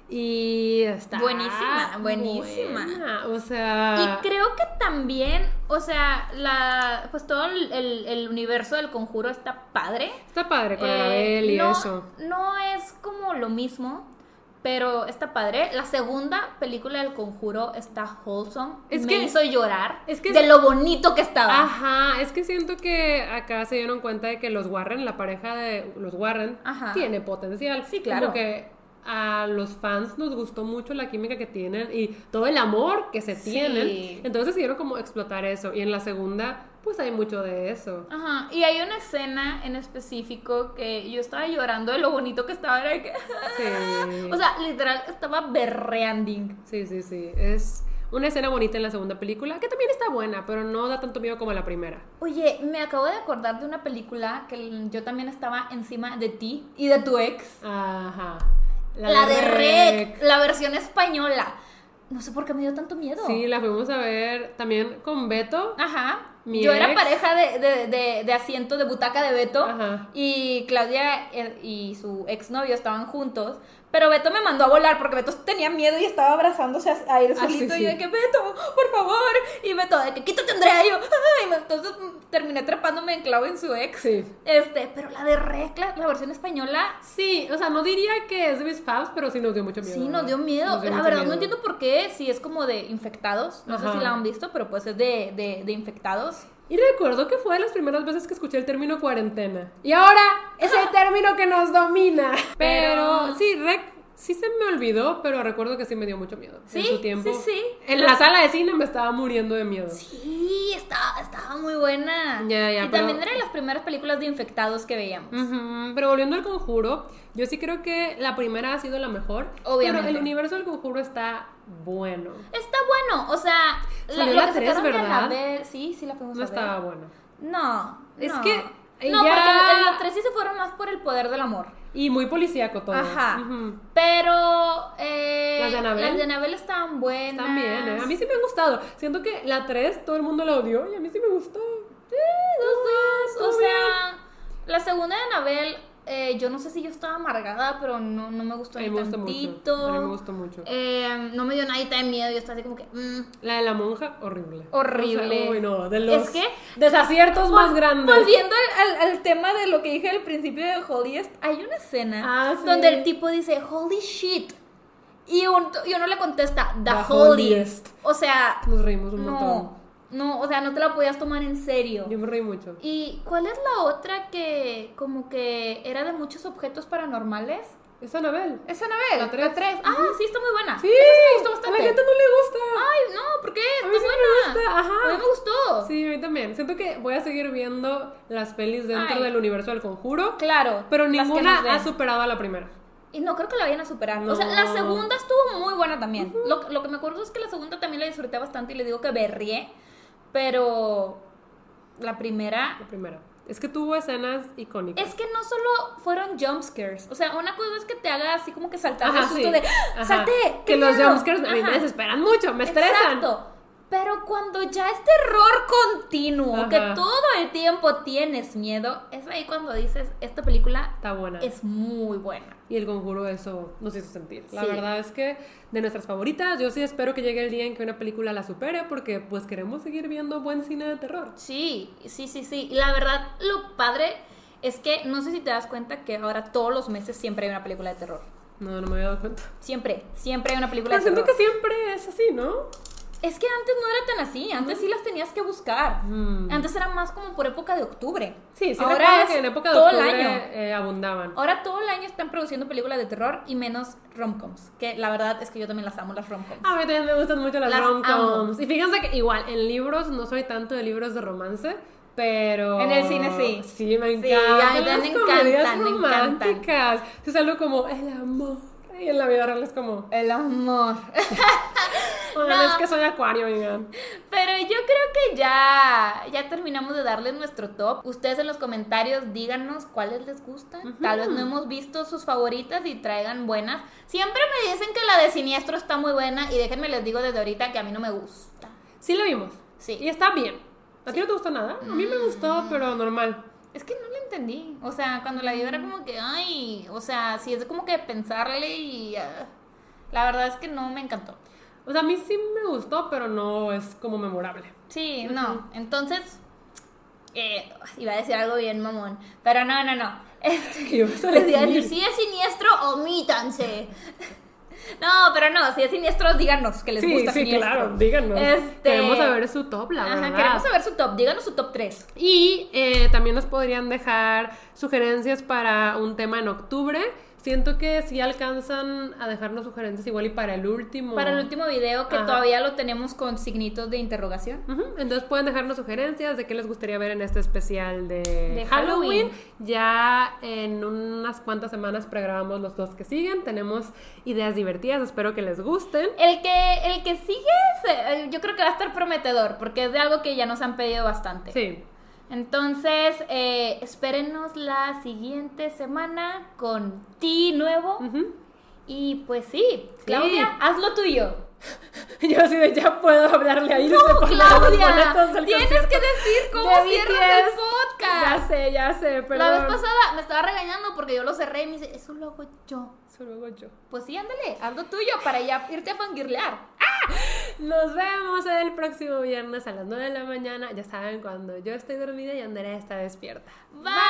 Y está... Buenísima. buena. O sea... Y creo que también, o sea, pues todo el universo del Conjuro está padre. Está padre con Annabelle y no, eso. No es como lo mismo, pero está padre. La segunda película del Conjuro está wholesome. Es Me que- hizo llorar es que- de lo bonito que estaba. Ajá, es que siento que acá se dieron cuenta de que los Warren, la pareja de los Warren, Ajá. tiene potencial. Sí, claro. Como que a los fans nos gustó mucho la química que tienen y todo el amor que se Sí. tienen. Entonces decidieron como explotar eso. Y en la segunda, pues hay mucho de eso. Ajá, y hay una escena en específico que yo estaba llorando de lo bonito que estaba. Era de que... Sí. O sea, literal, estaba berreanding. Sí. Es una escena bonita en la segunda película, que también está buena, pero no da tanto miedo como la primera. Oye, me acabo de acordar de una película que yo también estaba encima de ti y de tu ex. Ajá. La de Rec, la versión española. No sé por qué me dio tanto miedo. Sí, la fuimos a ver también con Beto. Ajá. Mi Yo era ex. pareja de asiento de butaca de Beto. Ajá. Y Claudia y su exnovio estaban juntos. Pero Beto me mandó a volar porque Beto tenía miedo y estaba abrazándose a él solito. sí. Y yo de que, Beto, por favor. Y Beto de que, quítate, Andrea. Y yo, ay, entonces terminé trepándome en clavo en su ex. Sí. Pero la de Rec, la versión española, Sí, o sea, no diría que es de mis faves, pero sí nos dio mucho miedo. sí nos dio miedo. Nos dio La mucho verdad, no miedo. entiendo por qué. Si es como de infectados. No sé Ajá. si la han visto, pero pues es de infectados. Y recuerdo que fue de las primeras veces que escuché el término cuarentena. Y ahora es el término que nos domina. Pero sí, Rec sí se me olvidó, pero recuerdo que sí me dio mucho miedo. Sí, en su tiempo. sí. En la sala de cine me estaba muriendo de miedo. Sí, estaba muy buena. Ya, y pero... también era de las primeras películas de infectados que veíamos. Pero volviendo al Conjuro, yo sí creo que la primera ha sido la mejor. Obviamente. Pero el universo del Conjuro está bueno. Está bueno, o sea, Salió lo la que 3, sacaron de ¿verdad? Annabelle, sí la fuimos No a ver. estaba bueno. No, Es no. que No, ya- porque en la 3 sí se fueron más por el poder del amor. Y muy policíaco todo. Ajá. Ujú. Pero Las de Annabelle. las de Annabelle estaban buenas. También, ¿eh? A mí sí me ha gustado. Siento que la 3 todo el mundo la odió y a mí sí me gustó. Dos. O Todo sea, la segunda de Annabelle, yo no sé si yo estaba amargada, pero no me gustó A ni mí me gustó tantito. mucho. A mí me gustó mucho. No me dio nada de miedo. Yo estaba así como que. La de la monja, horrible. Horrible. O sea, uy, no, de los Es que- desaciertos más grandes. Volviendo al tema de lo que dije al principio de Holiest, hay una escena Ah, sí. donde el tipo dice, holy shit. Y uno le contesta, the The holiest. O sea, Nos reímos un montón. no, o sea, no te la podías tomar en serio. Yo me reí mucho. ¿Y cuál es la otra que como que era de muchos objetos paranormales? Es Annabelle. Es Annabelle, La 3. Ah, sí, está muy buena. Sí, Esa sí me gustó a bastante. la gente no le gusta. Ay, no, ¿por qué? A Está mí sí buena. me gusta, ajá. A mí me gustó. Sí, a mí también. Siento que voy a seguir viendo las pelis dentro Ay. del universo del Conjuro. Claro. Pero las que ninguna nos den. ha superado a la primera. Y no creo que la vayan a superar. No. O sea, la segunda estuvo muy buena también. Lo que me acuerdo es que la segunda también la disfruté bastante y le digo que berrié. Pero la primera... La primera. Es que tuvo escenas icónicas. Es que no solo fueron jumpscares. O sea, una cosa es que te haga así como que saltar Ajá, el susto sí. de Ajá. ¡salté! Que ¡Qué los miedo! jumpscares a mí me Ajá. desesperan mucho, me estresan. Exacto. Pero cuando ya es terror continuo, Ajá. que todo el tiempo tienes miedo, es ahí cuando dices, esta película Está buena. es muy buena. Y el Conjuro eso nos hizo sentir. La Sí. verdad es que de nuestras favoritas, yo sí espero que llegue el día en que una película la supere, porque pues queremos seguir viendo buen cine de terror. Sí. Y la verdad, lo padre es que no sé si te das cuenta que ahora todos los meses siempre hay una película de terror. No me había dado cuenta. Siempre hay una película Pero de siento terror. que siempre es así, ¿no? Es que antes no era tan así, antes sí las tenías que buscar. Antes era más como por época de octubre. Sí, sí, ahora recuerdo es que en época de todo octubre el año. Abundaban. Ahora todo el año están produciendo películas de terror y menos romcoms, que la verdad es que yo también las amo, las romcoms. A mí también me gustan mucho las Las rom-coms. amo. Y fíjense que igual, en libros no soy tanto de libros de romance, pero... En el cine sí. Sí, me Sí, encantan a mí las también me comedias encantan, me encantan. románticas. Es algo como el amor. Y en la vida real es como... El amor. Oigan, es que soy acuario, oigan. Pero yo creo que ya terminamos de darles nuestro top. Ustedes en los comentarios díganos cuáles les gustan. Tal vez no hemos visto sus favoritas y traigan buenas. Siempre me dicen que la de Siniestro está muy buena y déjenme les digo desde ahorita que a mí no me gusta. Sí lo vimos. Sí. Y está bien. ¿A ti no te gustó nada? A mí me gustó, pero normal. Es que no la entendí. O sea, cuando la vi era como que, ay, o sea, sí es como que pensarle y... la verdad es que no me encantó. O sea, a mí sí me gustó, pero no es como memorable. Sí, no. Entonces, iba a decir algo bien mamón, pero no. ¿Qué ibas a Les iba a decir? decir, si es siniestro, omítanse. No, pero no, si es siniestro, díganos que les gusta Sí, Siniestro. claro, díganos. Queremos saber su top, la verdad. Queremos saber su top, díganos su top 3. Y también nos podrían dejar sugerencias para un tema en octubre. Siento que si alcanzan a dejarnos sugerencias igual y para el último. Para el último video, que Ajá. todavía lo tenemos con signitos de interrogación. Ujú, entonces pueden dejarnos sugerencias de qué les gustaría ver en este especial de Halloween. Halloween. Ya en unas cuantas semanas pregrabamos los 2 que siguen. Tenemos ideas divertidas, espero que les gusten. El que sigue, yo creo que va a estar prometedor, porque es de algo que ya nos han pedido bastante. Sí. Entonces, espérenos la siguiente semana con ti nuevo. Ujú. Y pues sí, Claudia, haz lo tuyo. Yo así de ya puedo hablarle a Ilse No, por los Claudia, boletos del tienes concierto que decir cómo de cierras el BTS. podcast. Ya sé, pero La vez pasada me estaba regañando porque yo lo cerré y me dice, eso lo hago yo. Solo hago yo. Pues sí, ándale, haz lo tuyo para ya irte a fangirlear. Nos vemos el próximo viernes a las 9 de la mañana. Ya saben, cuando yo estoy dormida y Andrea está despierta. Bye.